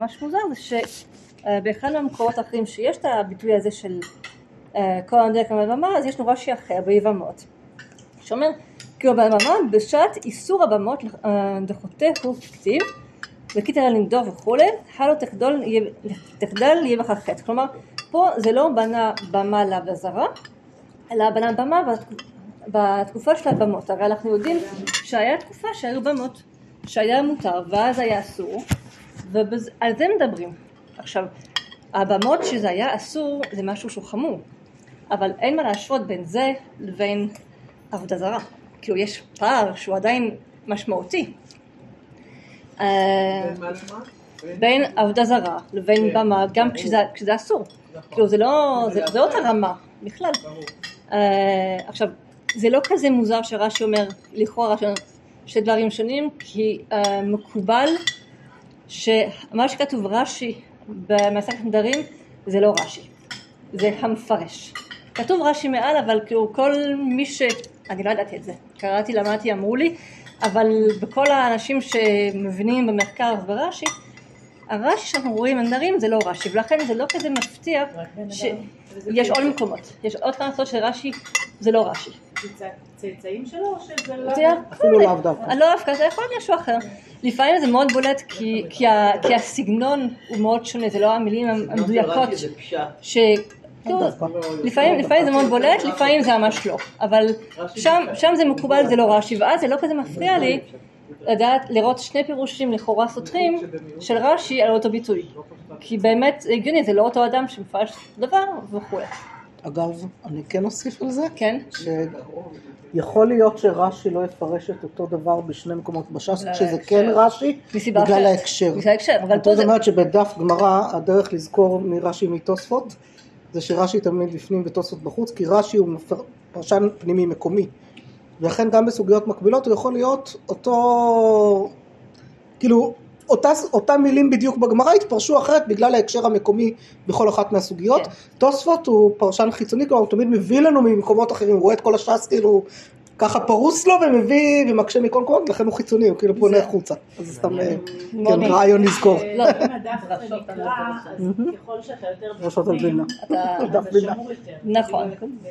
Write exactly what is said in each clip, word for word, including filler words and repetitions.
ממש מוזר זה שבאחד מהמקורות האחרים שיש את הביטוי הזה של כל הנדק מהבמה, אז יש לו רש"י אחר ביבמות שאומר כאילו בבמה בשעת איסור הבמות דחותהו כתיב וקיטר על נמדור וכולי הלו תחדל יהיה בך חטא. כלומר פה זה לא בנה במה לעבודה זרה אלא בנה במה בתקופה של הבמות. הרי אנחנו יודעים שהיה תקופה שהיו במות שהיה מותר ואז היה אסור ועל זה מדברים. עכשיו הבמות שזה היה אסור זה משהו שהוא חמור אבל אין מה להשוות בין זה לבין עבודה זרה. כאילו יש פער שהוא עדיין משמעותי בין עבודה זרה לבין במה גם כשזה אסור. כאילו זה לא אותה רמה בכלל. עכשיו זה לא כזה מוזר שרש"י אומר לכאורה שתי דברים שונים כי מקובל שמה שכתוב רש"י במסכת נדרים זה לא רש"י, זה המפרש. כתוב רש"י מעל אבל כאילו כל מי ש... אני לא ידעתי את זה, קראתי, למדתי, אמרו לי, אבל בכל האנשים שמבינים במחקר ברש"י, הרש"י שאנחנו רואים בנדרים זה לא רש"י, ולכן זה לא כזה מפתיע שיש עוד מקומות, יש עוד כמה נקודות של רש"י, זה לא רש"י. צאצאים שלו או שזה לא? אפילו לאו דווקא. לא דווקא, זה יכול להיות משהו אחר. לפעמים זה מאוד בולט כי הסגנון הוא מאוד שונה, זה לא המילים המדויקות. לפעמים זה מאוד בולט, לפעמים זה ממש לא. אבל שם זה מקובל, זה לא רש"י, ואז זה לא כזה מפריע לי לדעת לראות שני פירושים לכאורה סותרים של רש"י על אותו ביטוי. כי באמת הגיוני, זה לא אותו אדם שמפרש דבר וכו'. אגב, אני כן אוסיף על זה. כן. שיכול להיות שרש"י לא יפרש את אותו דבר בשני מקומות בש"ס, כשזה כן רש"י, בגלל ההקשר. בגלל ההקשר. זאת אומרת שבדף גמרא, הדרך לזכור מרש"י מתוספות, זה שרש"י תמיד בפנים ותוספות בחוץ, כי רש"י הוא פרשן פנימי מקומי. ולכן גם בסוגיות מקבילות הוא יכול להיות אותו, כאילו, אותה, אותה מילים בדיוק בגמרא התפרשו אחרת בגלל ההקשר המקומי בכל אחת מהסוגיות. כן. תוספות הוא פרשן חיצוני, כלומר הוא תמיד מביא לנו ממקומות אחרים, הוא רואה את כל הש"ס כאילו ככה פרוס לו ומביא ומקשה מכל מקומות, לכן הוא חיצוני, הוא כאילו פונה חוצה. אז זה סתם כן, רעיון לזכור. אם הדף נקרא, אז ככל שאתה יותר בפנים, אתה שמור יותר. נכון.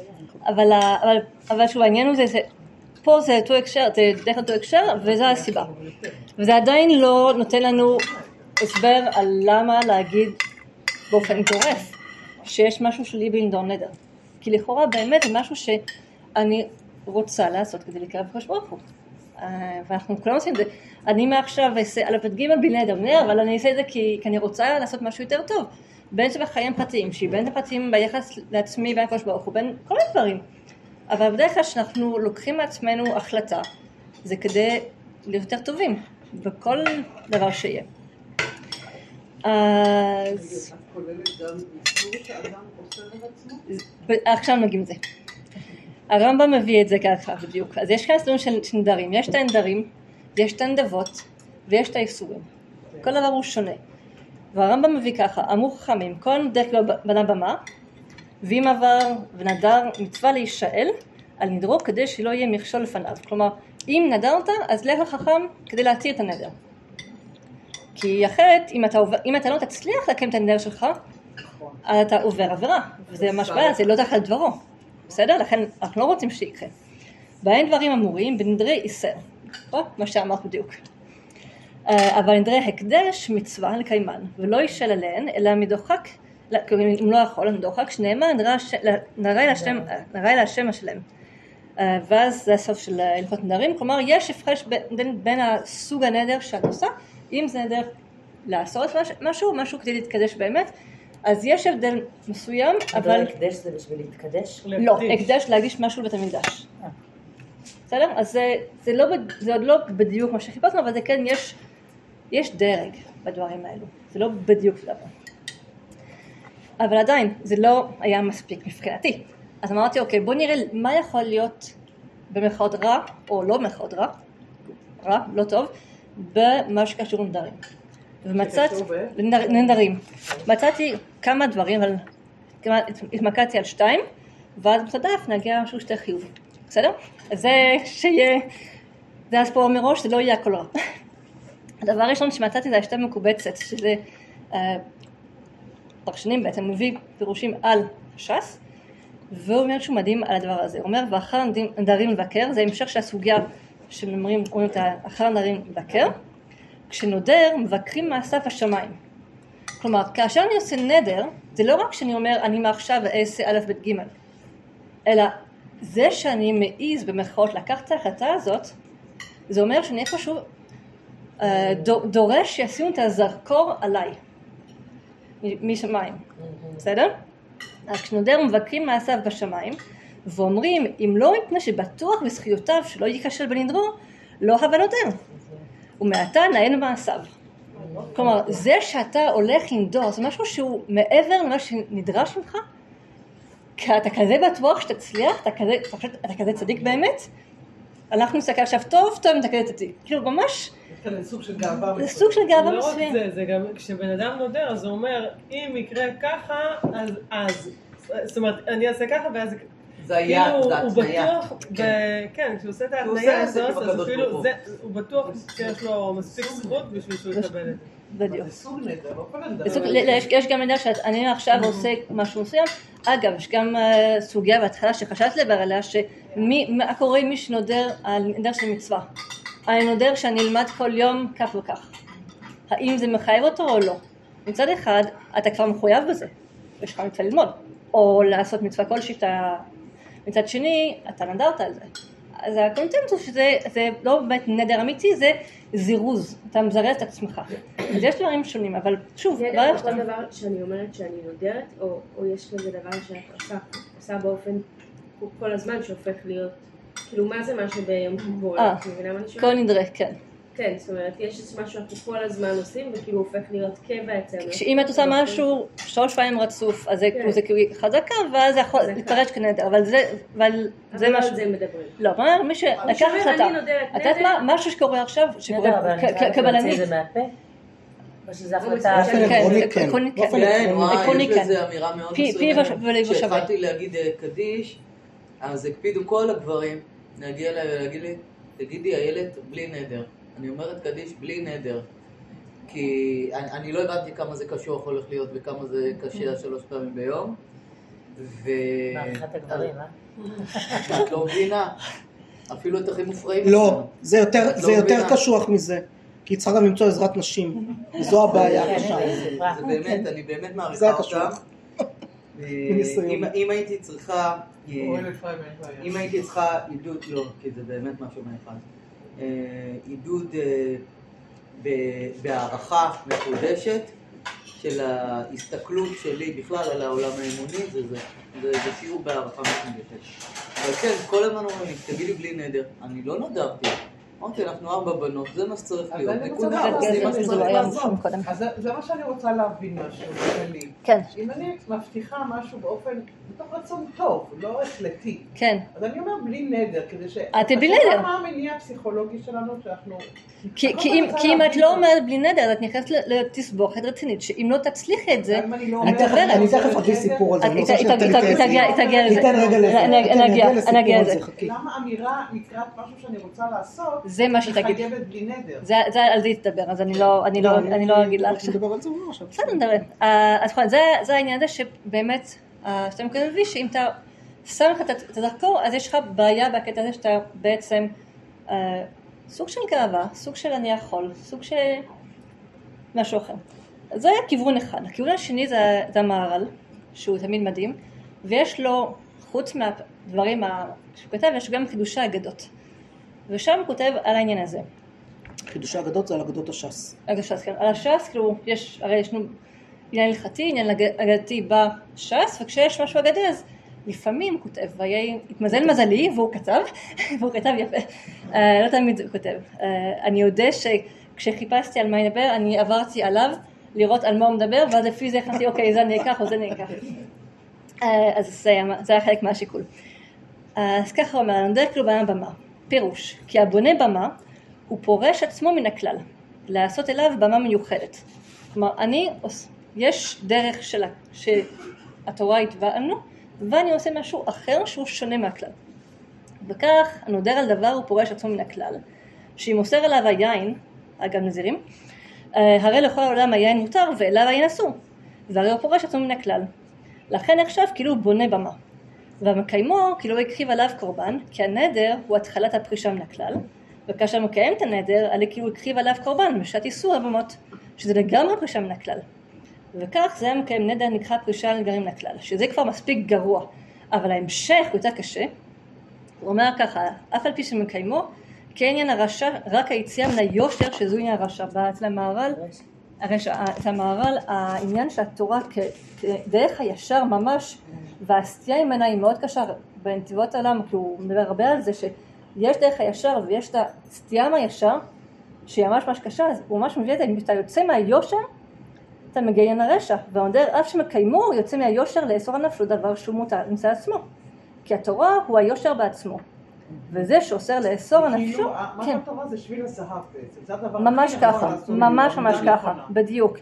אבל שוב העניין הוא זה, פה זה אותו הקשר, זה דרך אותו הקשר וזה הסיבה. וזה עדיין לא נותן לנו הסבר על למה להגיד באופן גורף שיש משהו שלי בלנדור נדר. כי לכאורה באמת זה משהו שאני רוצה לעשות כדי לקרב לקדוש ברוך הוא. ואנחנו כולנו עושים את זה. אני מעכשיו אעשה א' עד ג' בלי נדר, אבל אני אעשה את זה כי אני רוצה לעשות משהו יותר טוב. בין שבחיים פרטיים, שהיא בין הפרטיים ביחס לעצמי בין לקדוש ברוך הוא, בין כל מיני דברים. אבל בדרך כלל שאנחנו לוקחים מעצמנו החלטה, זה כדי להיות יותר טובים, בכל דבר שיהיה. אז... עכשיו נגיע לזה. הרמב"ם מביא את זה ככה בדיוק. אז יש כאן סוגים של נדרים. יש את הנדרים, יש את הנדבות, ויש את האיסורים. כל דבר הוא שונה. והרמב"ם מביא ככה, אמרו חכמים, כל נדר בנה במה, ואם עבר ונדר מצווה להישאל על נדרו כדי שלא יהיה מכשול לפניו. כלומר, אם נדרת, אז לך לחכם כדי להתיר את הנדר. כי אחרת, אם אתה, אם אתה לא תצליח לקיים את הנדר שלך, אז אתה עובר עבירה. וזה ממש בעיה, זה לא תחת דברו. בסדר? לכן אנחנו לא רוצים שיקרה. בהן דברים אמורים בנדרי איסר. מה שאמרת בדיוק. אבל נדרי הקדש מצווה לקיימן, ולא יישל עליהן, אלא מדוחק, אם לא יכול, מדוחק, שנאמר, נראה אל השם השלם. ואז זה הסוף של הלכות נדרים, כלומר יש הפרש בין הסוג הנדר שאת עושה, אם זה נדר לעשות משהו, משהו כדי להתקדש באמת, אז יש הבדל מסוים, אבל... הקדש זה בשביל להתקדש? לא, הקדש להקדיש משהו לבית המקדש. בסדר? אז זה עוד לא בדיוק מה שחיפשנו, אבל זה כן, יש דרג בדברים האלו, זה לא בדיוק דבר. אבל עדיין, זה לא היה מספיק מבחינתי. אז אמרתי, אוקיי, בוא נראה מה יכול להיות במחאות רע, או לא במחאות רע, רע, לא טוב, במה שקשור לנדרים. ומצאתי, לנדרים. מצאתי כמה דברים, אבל התמקדתי על שתיים, ואז בסדף נגיע משהו שתי חיובי. בסדר? אז זה שיהיה, זה אז פה מראש, זה לא יהיה הכל רע. הדבר הראשון שמצאתי זה השתה מקובצת, שזה פרשנים בעצם מביא פירושים על ש"ס, והוא אומר שהוא מדהים על הדבר הזה. הוא אומר, ואחר נדרים לבקר, זה המשך של הסוגיה שמאמרים, אומרים את האחר נדרים לבקר, כשנודר מבקרים מעשיו השמיים. כלומר, כאשר אני עושה נדר, זה לא רק שאני אומר, אני מעכשיו אעשה א' ב' ג', אלא זה שאני מעיז במרכאות לקחת את ההחלטה הזאת, זה אומר שאני איפשהו דורש שישימו את הזרקור עליי, משמיים. בסדר? אז כשנודר מבקרים מעשיו בשמיים, ואומרים, אם לא מפני שבטוח בזכיותיו שלא ייכשל בנדרו, לא הווה נודר. ומעתה נהן מעשיו. כלומר, זה שאתה הולך לנדור, זה משהו שהוא מעבר למה שנדרש ממך, כי אתה כזה בטוח שתצליח, אתה כזה, אתה כזה צדיק באמת, אנחנו נסתכל עכשיו טוב, טוב, אתה כזה צדיק. כאילו, ממש... זה סוג של גאווה מסוים. זה סוג של גאווה מסוים. לא רק זה, זה גם, כשבן אדם נודר, אז הוא אומר, אם יקרה ככה, אז, אז. זאת אומרת, אני אעשה ככה, ואז... זה היה, זה התניה. כן, כשהוא עושה את ההתניה הזאת, אז אפילו הוא בטוח שיש לו מספיק זכות בשביל שהוא יקבל את זה. בדיוק. זה סוג נדר, לא כל נדר. יש גם נדר שאני עכשיו עושה משהו מסוים. אגב, יש גם סוגיה בהתחלה שחשבת לדבר עליה, שמה קורה מי שנודר על נדר של מצווה. אני נודר שאני אלמד כל יום כך וכך. האם זה מחייב אותו או לא? מצד אחד, אתה כבר מחויב בזה, יש לך מצווה ללמוד, או לעשות מצווה כלשהי, מצד שני, אתה נדרת על זה. אז הקונטנטוס שזה זה לא באמת נדר אמיתי, זה זירוז, אתה מזרז את עצמך. אז יש דברים שונים, אבל שוב, זה גם כל דבר שאני אומרת שאני נודרת, או, או יש כזה דבר שאת עושה, עושה באופן כל הזמן שהופך להיות, כאילו מה זה משהו ביום כיפור? אה, כל נדרה, כן. כן, זאת אומרת, יש משהו שאנחנו כל הזמן עושים, וכאילו הופך להיות קבע אצלנו. שאם את עושה משהו שלוש פעמים רצוף, אז זה כאילו חזקה, ואז זה יכול להתפרש כנדר, אבל זה משהו... אבל על זה מדברים. לא, אומר, מי שלקח החלטה, את יודעת מה, משהו שקורה עכשיו, שקורה קבלנית. זה מהפה? או שזה החלטה? כן, עקרונית כן. כן, וואי, יש לזה אמירה מאוד מסוימת. כשהתחלתי להגיד קדיש, אז הקפידו כל הגברים להגיע להגיד לי, תגידי איילת בלי נדר. אני אומרת קדיש בלי נדר, כי אני, אני לא הבנתי כמה זה קשוח הולך להיות וכמה זה קשה שלוש פעמים ביום. ו... מערכת הגברים, אה? את לא מבינה, אפילו את הכי מופרעים. לא, זה יותר, זה יותר קשוח מזה, כי צריך גם למצוא עזרת נשים, וזו הבעיה הקשה. זה באמת, אני באמת מעריכה אותם. אם הייתי צריכה, אם הייתי צריכה עידוד, לא, כי זה באמת משהו מאחד. עידוד בהערכה מחודשת של ההסתכלות שלי בכלל על העולם האמוני, זה שיעור בהערכה מחודשת. אבל כן, כל הזמן אומרים, תגידי בלי נדר, אני לא נדרתי. אמרתי, אנחנו ארבע בנות, זה מה שצריך להיות, נקודה, זה מה שצריך לעשות. אז זה מה שאני רוצה להבין משהו, שלי. כן. אם אני מבטיחה משהו באופן, בתוך רצון טוב, לא החלטי. כן. אז אני אומר בלי נדר, כדי ש... את בלי נדר. מה המניע הפסיכולוגי שלנו שאנחנו... כי אם את לא אומרת בלי נדר, את נכנסת לתסבוכת רצינית, שאם לא תצליחי את זה, את עוברת. אני תכף אביא סיפור על זה, אני רוצה היא תגיע לזה. ניתן רגע לסיפור על זה. למה אמירה לקראת משהו שאני רוצה לעשות, זה מה שהיא תגיד. מחייבת בלי נדר. על זה יתדבר, אז אני לא אגיד לך. נדבר על זה עכשיו. בסדר, נדבר. אז זה העניין הזה שבאמת, שאתה מקווה מביא שאם אתה שם לך את הזרקור, אז יש לך בעיה בקטע הזה שאתה בעצם סוג של גאווה, סוג של אני יכול, סוג של משהו אחר. זה היה כיוון אחד. הכיוון השני זה המהר"ל, שהוא תמיד מדהים, ויש לו, חוץ מהדברים שהוא כתב, יש גם חידושי אגדות. ושם הוא כותב על העניין הזה. חידושי אגדות זה על אגדות הש"ס. הש"ס, כן. על הש"ס, כאילו, יש, הרי יש לנו עניין הלכתי, עניין אגדתי בש"ס, וכשיש משהו אגדי, אז לפעמים הוא כותב, והתמזל מזלי, והוא כתב, והוא כתב יפה. לא תמיד הוא כותב. אני יודע שכשחיפשתי על מה ידבר, אני עברתי עליו, לראות על מה הוא מדבר, ואז לפי זה החלטתי, אוקיי, זה אני אקח, או זה אני אקח. אז זה היה חלק מהשיקול. אז ככה הוא אומר, נדבר כאילו בנה במה. פירוש, כי הבונה במה הוא פורש עצמו מן הכלל, לעשות אליו במה מיוחדת. כלומר, אני, יש דרך שלה, שהתורה התווה לנו, ואני עושה משהו אחר שהוא שונה מהכלל. וכך, הנודר על דבר הוא פורש עצמו מן הכלל, שאם מוסר עליו היין, אגב נזירים, הרי לכל העולם היין מותר ואליו היין אסור, והרי הוא פורש עצמו מן הכלל. לכן עכשיו כאילו הוא בונה במה. והמקיימו כאילו הוא הקריב עליו קורבן, כי הנדר הוא התחלת הפרישה מן הכלל, וכאשר מקיים את הנדר, עלי כאילו הוא הקריב עליו קורבן בשעת איסור הבמות, שזה לגמרי פרישה מן הכלל. וכך זה מקיים נדר נקרא פרישה לגמרי מן הכלל, שזה כבר מספיק גרוע, אבל ההמשך הוא יותר קשה. הוא אומר ככה, אף על פי שמקיימו, כעניין הרשע, רק היציאה מן היושר שזו עניין הרשע. אצל המהר"ל, אצל המהר"ל, העניין של התורה כדרך הישר ממש, והסטייה ממנה היא מאוד קשה בנתיבות העולם, כי הוא מדבר הרבה על זה שיש דרך הישר ויש את הסטייה מהישר, שהיא ממש ממש קשה, אז הוא ממש מביא את זה, אם אתה יוצא מהיושר, אתה מגיע עניין הרשע, והנדר אף שמקיימו, יוצא מהיושר לאסור הנפש, הוא דבר שהוא מותר למצא עצמו. כי התורה הוא היושר בעצמו. וזה שאוסר לאסור הנפשו, מה שהתורה זה שביל הזהב בעצם, זה הדבר ממש ככה, ממש ממש ככה, בדיוק,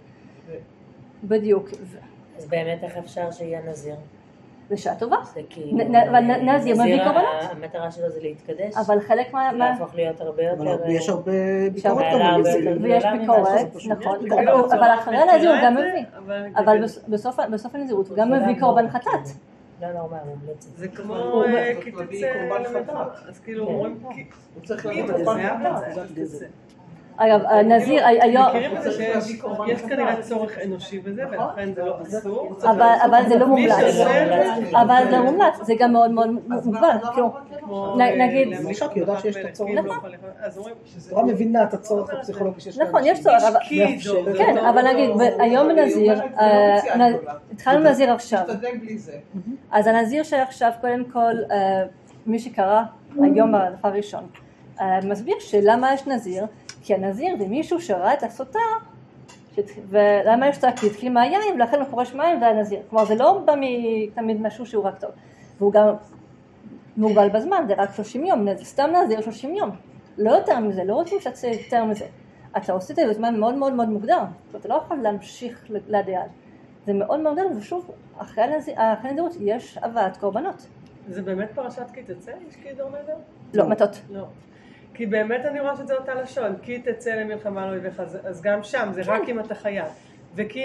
בדיוק. אז באמת איך אפשר שיהיה נזיר? זה שעה טובה. זה כאילו, נזיר מביא קורבנות. המטרה שלו זה להתקדש. אבל חלק מה... להפוך להיות הרבה יותר... יש הרבה ביקורת גם בנזיר. ויש ביקורת, נכון. אבל אחרי הנזיר הוא גם מביא. אבל בסוף הנזירות הוא גם מביא קורבן חטאת. לא, לא, מה, מומלצת. זה כמו קיטוץ למטרה. אז כאילו אומרים, הוא צריך להגיד את זה. אגב, הנזיר היום... מכירים את זה שיש כנראה צורך אנושי בזה, ולכן זה לא אסור. אבל זה לא מומלץ. אבל זה מומלץ, זה גם מאוד מאוד מוגבל. נגיד... למשל, כי יודעת שיש את הצורך. תורה מבינה את הצורך הפסיכולוגי שיש. נכון, יש צורך. כן, אבל נגיד, היום בנזיר, התחלנו נזיר עכשיו. אז הנזיר שעכשיו, קודם כל, מי שקרא היום בדף הראשון, מסביר שלמה יש נזיר, כי הנזיר זה מישהו שראה את הסוטה, ולמה יש סוטה? כי התחיל מהיין, ולכן הוא פורש מים והנזיר. כלומר, זה לא בא תמיד משהו שהוא רק טוב. והוא גם מוגבל בזמן, זה רק שלושים יום, זה סתם נזיר שלושים יום. לא יותר מזה, לא רוצים שתצא יותר מזה. אתה עושה את זה בזמן מאוד מאוד מאוד מוקדם. אתה לא יכול להמשיך לדעת. זה מאוד מאוד מוקדם, ושוב, אחרי הנזירות יש הבאת קורבנות. זה באמת פרשת כי תצא? יש כי דור נדר? לא, מתות. לא. כי באמת אני רואה שזה אותה לשון, כי תצא למלחמה לא יבך, אז גם שם, זה רק אם אתה חייב. וכי,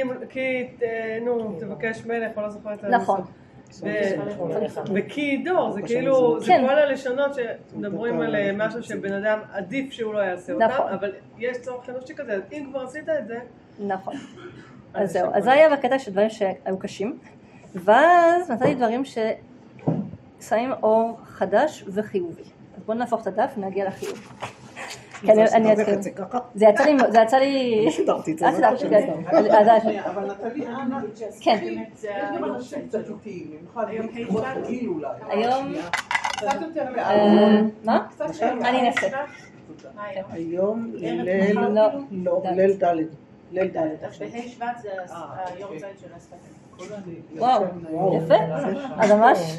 נו, תבקש מלך, או לא זוכר את נכון. וכי דור, זה כאילו, זה כל הלשונות שמדברים על משהו שבן אדם עדיף שהוא לא יעשה אותם, אבל יש צורך אנושי כזה, אז אם כבר עשית את זה... נכון. אז זהו, אז זה היה בקטע של דברים שהיו קשים, ואז נתתי דברים ששמים אור חדש וחיובי. אז בואו נהפוך את הדף ונגיע לחיוב. זה יצא לי... זה יצא לי... סידרתי את זה. אבל נתלי, אנה... כן. יש גם אנשים קצת איטיים, במיוחד בעקבות גיל אולי. היום... קצת יותר לאט. מה? אני אנסה. היום ליל... לא, ליל ד'. ליל ד'. אז בהי שבט זה היום צייד של הספק. וואו, יפה. אז ממש...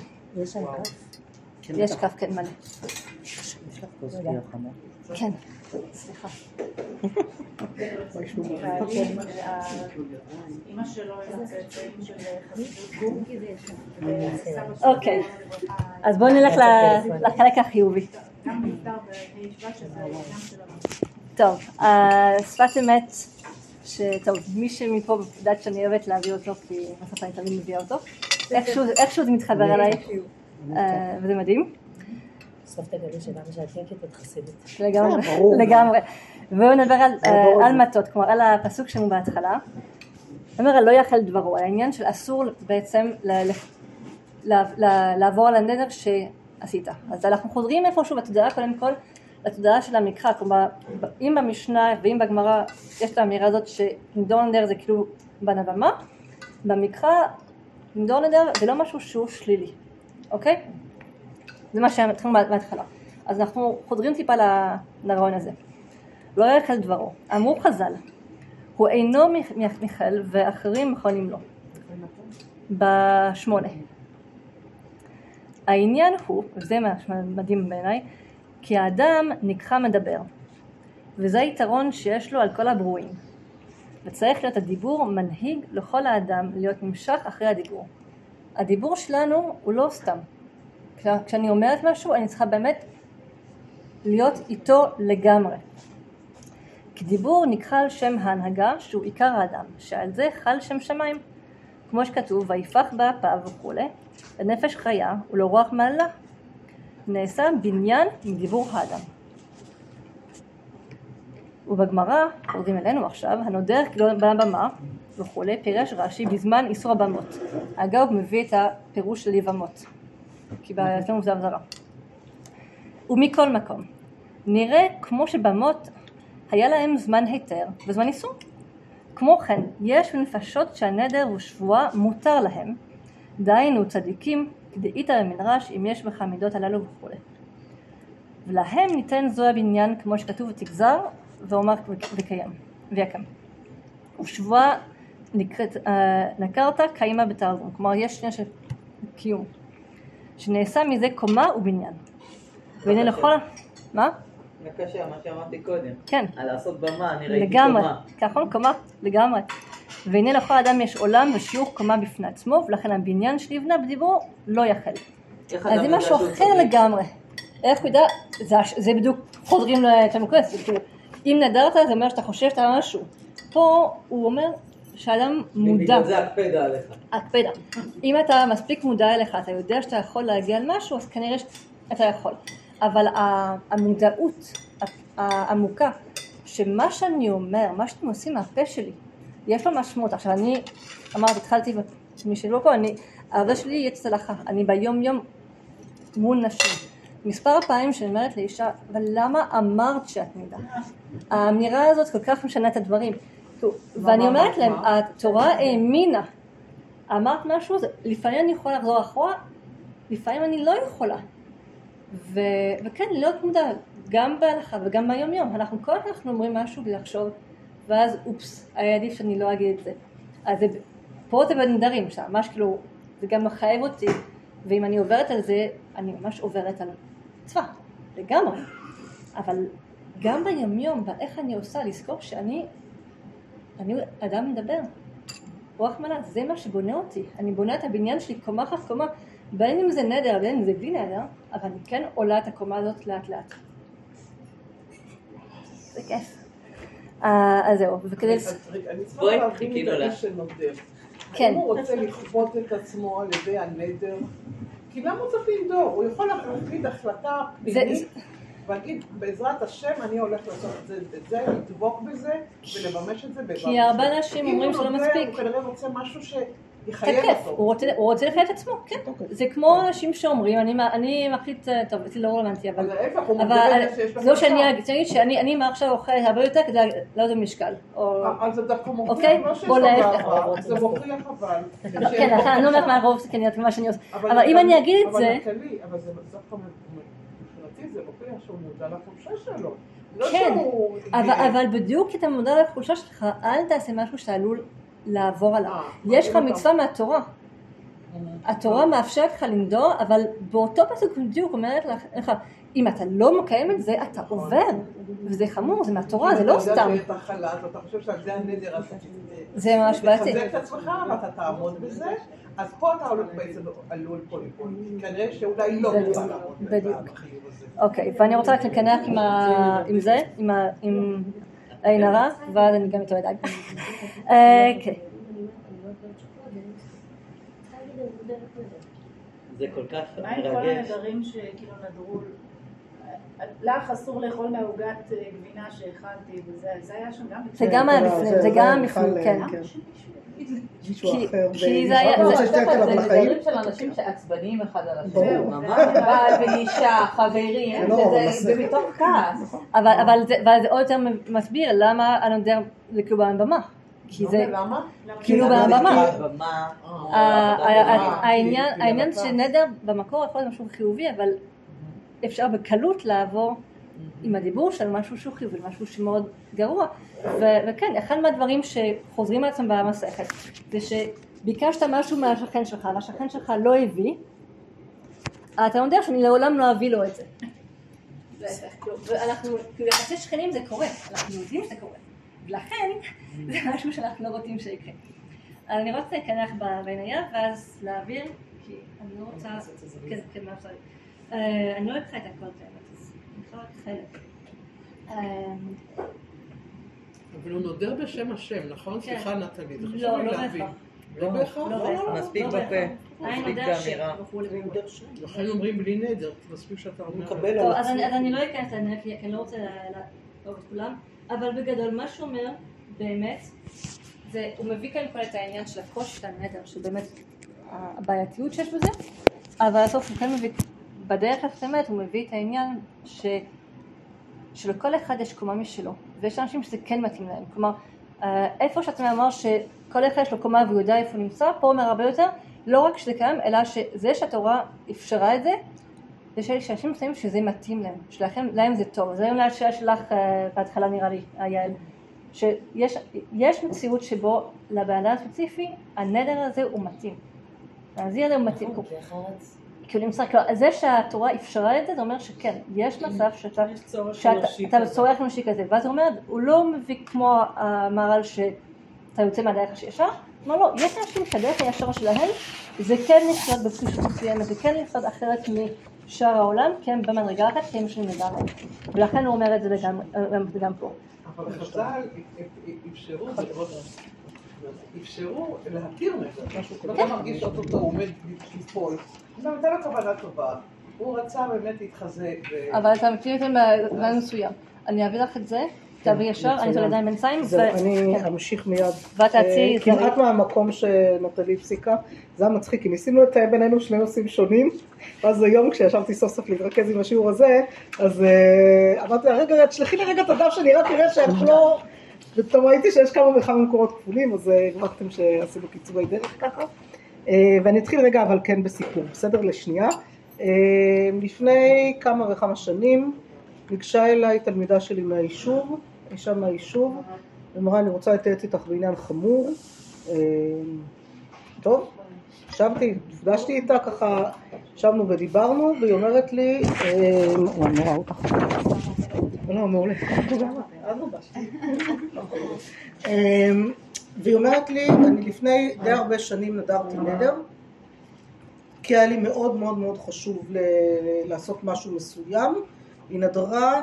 יש כף כן מלא. יש לך כוס בירה חמה? כן, סליחה. אמא שלו איזה ציידים של חסידות. אוקיי, אז בואו נלך לחלק החיובי. גם נפטר בהי שבט שזה גם של הבא. טוב, שפת אמת, שטוב, מי שמפה יודעת שאני אוהבת להביא אותו, כי בסוף אני תמיד מביאה אותו. איכשהו זה מתחבר אליי. וזה מדהים. סוף תגלי שלמה שהתנקת את חסידית. לגמרי, לגמרי. והוא נדבר על מתות, כלומר על הפסוק שלנו בהתחלה. הוא אומר, לא יאכל דברו, העניין של אסור בעצם לעבור על הנדר שעשית. אז אנחנו חוזרים איפשהו בתודעה, קודם כל, לתודעה של המקרא, כלומר, אם במשנה ואם בגמרא יש את האמירה הזאת שנדור נדר זה כאילו בנבמה, במקרא נדור נדר זה לא משהו שהוא שלילי. אוקיי? זה מה שהתחלנו מההתחלה. אז אנחנו חודרים טיפה לרעיון הזה. לא יאכל דברו. אמרו חז"ל, הוא אינו מיכל ואחרים מכונים לו. בשמונה. העניין הוא, וזה מדהים בעיניי, כי האדם נקרא מדבר. וזה היתרון שיש לו על כל הברואים. וצריך להיות הדיבור מנהיג לכל האדם להיות נמשך אחרי הדיבור. הדיבור שלנו הוא לא סתם. כשאני אומרת משהו, אני צריכה באמת להיות איתו לגמרי. כדיבור נקרא שם ההנהגה שהוא עיקר האדם, שעל זה חל שם שמיים, כמו שכתוב, ויפח באפיו וכו', לנפש חיה ולרוח מעלה. נעשה בניין מדיבור האדם. ובגמרא, חוזרים אלינו עכשיו, הנודר כאילו בבמה וכו', פירש רש"י בזמן איסור הבמות. אגב, הוא מביא את הפירוש של יבמות, כי בעצם זה הבזרה. ומכל מקום, נראה כמו שבמות היה להם זמן היתר וזמן איסור. כמו כן, יש נפשות שהנדר ושבועה מותר להם, דהיינו צדיקים, כדאיתא במדרש אם יש בך מידות הללו וכו'. ולהם ניתן זו הבניין כמו שכתוב ותגזר ואומר וקיים ויקם. ושבועה נקראת, נקרת קיימה בתרגום, כלומר יש שנייה של קיום, שנעשה מזה קומה ובניין. והנה לכל... מה? בבקשה, מה שאמרתי קודם. כן. על לעשות במה, אני ראיתי לגמרי, קומה. ככה קומה, לגמרי. והנה לכל אדם יש עולם ושיעור קומה בפני עצמו, ולכן הבניין שנבנה בדיבור לא יחל. אז זה משהו אחר לגמרי. איך הוא יודע, זה, זה בדיוק חוזרים לתמוקרס, כאילו, אם נדרת זה אומר שאתה חושב שאתה משהו. פה הוא אומר שהאדם מודע. בגלל זה הקפדה עליך. הקפדה. אם אתה מספיק מודע אליך, אתה יודע שאתה יכול להגיע על משהו, אז כנראה שאתה יכול. אבל המודעות העמוקה, שמה שאני אומר, מה שאתם עושים מהפה שלי, יש לו משמעות. עכשיו אני אמרתי, התחלתי משלו פה, אני, הרבה שלי יש צלחה, אני ביום יום מול נשים. מספר הפעמים שאני אומרת לאישה, אבל למה אמרת שאת מידה? האמירה הזאת כל כך משנה את הדברים. ואני אומרת להם, התורה האמינה, אמרת משהו, לפעמים אני יכולה לחזור אחורה, לפעמים אני לא יכולה. ו... וכן, להיות מודע, גם בהלכה וגם ביום יום. אנחנו כל כך אומרים משהו בלי לחשוב, ואז אופס, היה עדיף שאני לא אגיד את זה. אז זה... פה זה בנדרים, שממש כאילו, זה גם מחייב אותי, ואם אני עוברת על זה, אני ממש עוברת על צבא, לגמרי. אבל גם ביום יום, באיך אני עושה, לזכור שאני, אני אדם מדבר. רוח מלא, זה מה שבונה אותי. אני בונה את הבניין שלי קומה אחת קומה, בין אם זה נדר, בין אם זה בלי נדר, אבל אני כן עולה את הקומה הזאת לאט לאט. זה כיף. אז זהו, וכדי... אני צריכה להבין את האיש של נודר. כן. אם הוא רוצה לכפות את עצמו על ידי הנדר, כי למה הוא צריך לנדור? הוא יכול להחליט החלטה פנימית, ולהגיד, בעזרת השם אני הולך לעשות את זה, לדבוק בזה, ולממש את זה בעזרת השם. כי הרבה אנשים אומרים שלא מספיק. הוא כנראה רוצה משהו שיחייב אותו. הוא רוצה לחייב את עצמו, כן. זה כמו אנשים שאומרים, אני מחליט, טוב, אצלי לא רלוונטי, אבל... זו שאני אגיד שאני מעכשיו אוכלת הרבה יותר כדי לעלות במשקל. אז זה דווקא מוכיח מה שיש לו, זה מוכיח אבל. כן, אני לא אומרת מה הרוב זה כנראה מה שאני עושה. אבל אם אני אגיד את זה... אבל זה דווקא מבחינתי, זה מוכיח שהוא מודע לחולשה שלו. כן, אבל בדיוק כי אתה מודע לחולשה שלך, אל תעשה משהו שאתה עלול לעבור עליו. יש לך מצווה מהתורה. התורה מאפשרת לך לנדור, אבל באותו פסוק בדיוק אומרת לך, אם אתה לא מקיים את זה, אתה עובר. וזה חמור, זה מהתורה, זה לא סתם. אתה יודע שאתה חלט, ואתה חושב שזה הנדר, זה ממש בעצם. תחזק את עצמך, ואתה תעמוד בזה, אז פה אתה הולך בעצם עלול פה לפה. כנראה שאולי לא תוכל לעמוד בחיוב הזה. אוקיי, ואני רוצה רק לקנח עם זה, עם עין הרע, ואז אני גם איתו ידיים. אוקיי. זה כל כך מרגש. מה עם כל הנדרים שכאילו נדרו, לך אסור לאכול מהעוגת גבינה שהכנתי, וזה היה שם גם... זה גם היה בפנים, זה גם בפנים, כן. מישהו אחר, כי זה היה... זה נדרים של אנשים שעצבניים אחד על השני, בעל ואישה, חברים, זה מתוך כעס. אבל זה עוד יותר מסביר למה הנדר זה כאילו בבמה. כי זה כאילו בבמה. העניין שנדר במקור יכול להיות משהו חיובי, אבל אפשר בקלות לעבור עם הדיבור של משהו שהוא חיובי, משהו שמאוד גרוע. וכן, אחד מהדברים שחוזרים על עצמם במסכת, זה שביקשת משהו מהשכן שלך, והשכן שלך לא הביא, אתה יודע שאני לעולם לא אביא לו את זה. ואנחנו, כאילו יחסי שכנים זה קורה, אנחנו יודעים שזה קורה. ולכן, זה משהו שאנחנו לא רוצים שיקרה. אני רוצה לקנח בעינייה, ואז להעביר, כי אני לא רוצה... כן, כן, מה אפשר... אני לא אקחה את הכל באמת, אז אני יכולה רק חלק. אבל הוא נודר בשם השם, נכון? סליחה נטלי, זה חשוב לא, לי לא להבין. בהכרח. לא בהכרח? מספיק בפה, מספיק באמירה. לכן אומרים בלי נדר, מספיק שאתה אומר. טוב, אז אני לא אכנס לעניין, כי אני לא רוצה לאהוב את כולם, אבל בגדול מה שהוא אומר, באמת, הוא מביא כאן כל את העניין של הקושי של הנדר, שבאמת הבעייתיות שיש בזה, אבל בסוף הוא כן מביא, בדרך לפתמת הוא מביא את העניין ש... שלכל אחד יש קומה משלו, ויש אנשים שזה כן מתאים להם, כלומר, איפה שאתה אמר שכל אחד יש לו קומה והוא יודע איפה הוא נמצא, פה אומר הרבה יותר, לא רק שזה קיים, אלא שזה שהתורה אפשרה את זה, זה שאנשים מסוימים שזה מתאים להם, שלכם, להם זה טוב. זה היום להשאלה שלך בהתחלה נראה לי, יעל, שיש יש מציאות שבו לבן אדם ספציפי, הנדר הזה הוא מתאים. אז זה הוא מתאים. כי הוא נמצא, זה שהתורה אפשרה את זה, זה אומר שכן, יש מצב שאתה בצורך אנושי כזה, ואז הוא אומר, הוא לא מביא כמו המהר"ל שאתה יוצא מהדרך הישר, לא, לא, יש אנשים שהדרך הישר שלהם, זה כן לחיות בפלישות מסוימת, זה כן לחיות אחרת משאר העולם, כי הם במדרגה אחת, כי הם שונים לגמרי, ולכן הוא אומר את זה גם פה. אבל חז"ל אפשרו, אפשרו להתיר נדר, לא גם מרגיש אותו הוא עומד לפעול. גם הייתה לו כוונה טובה, הוא רצה באמת להתחזק. אבל אתה מכיר את זה בזמן מסוים. אני אעביר לך את זה, תעביר ישר, אני אתן ידיים בינתיים. אני אמשיך מיד. ותעצי, כמעט מהמקום שנטלי הפסיקה. זה היה מצחיק, כי ניסינו לתאם בינינו שני נושאים שונים, ואז היום כשישבתי סוף סוף להתרכז עם השיעור הזה, אז אמרתי לה, רגע, תשלחי לי רגע את הדף שאני רק אראה שאנחנו לא... ופתאום ראיתי שיש כמה וכמה מקורות כפולים, אז הרווחתם שעשינו קיצורי דרך ככה. ואני אתחיל רגע אבל כן בסיפור, בסדר? לשנייה. לפני כמה וכמה שנים ניגשה אליי תלמידה שלי מהיישוב, אישה מהיישוב, ואמרה אני רוצה לתת איתך בעניין חמור. טוב, ישבתי, נפגשתי איתה ככה, ישבנו ודיברנו, והיא אומרת לי, וואי, אני רואה אותך. לא, מעולה. והיא אומרת לי, אני לפני די הרבה שנים נדרתי נדר, כי היה לי מאוד מאוד מאוד חשוב לעשות משהו מסוים. היא נדרה,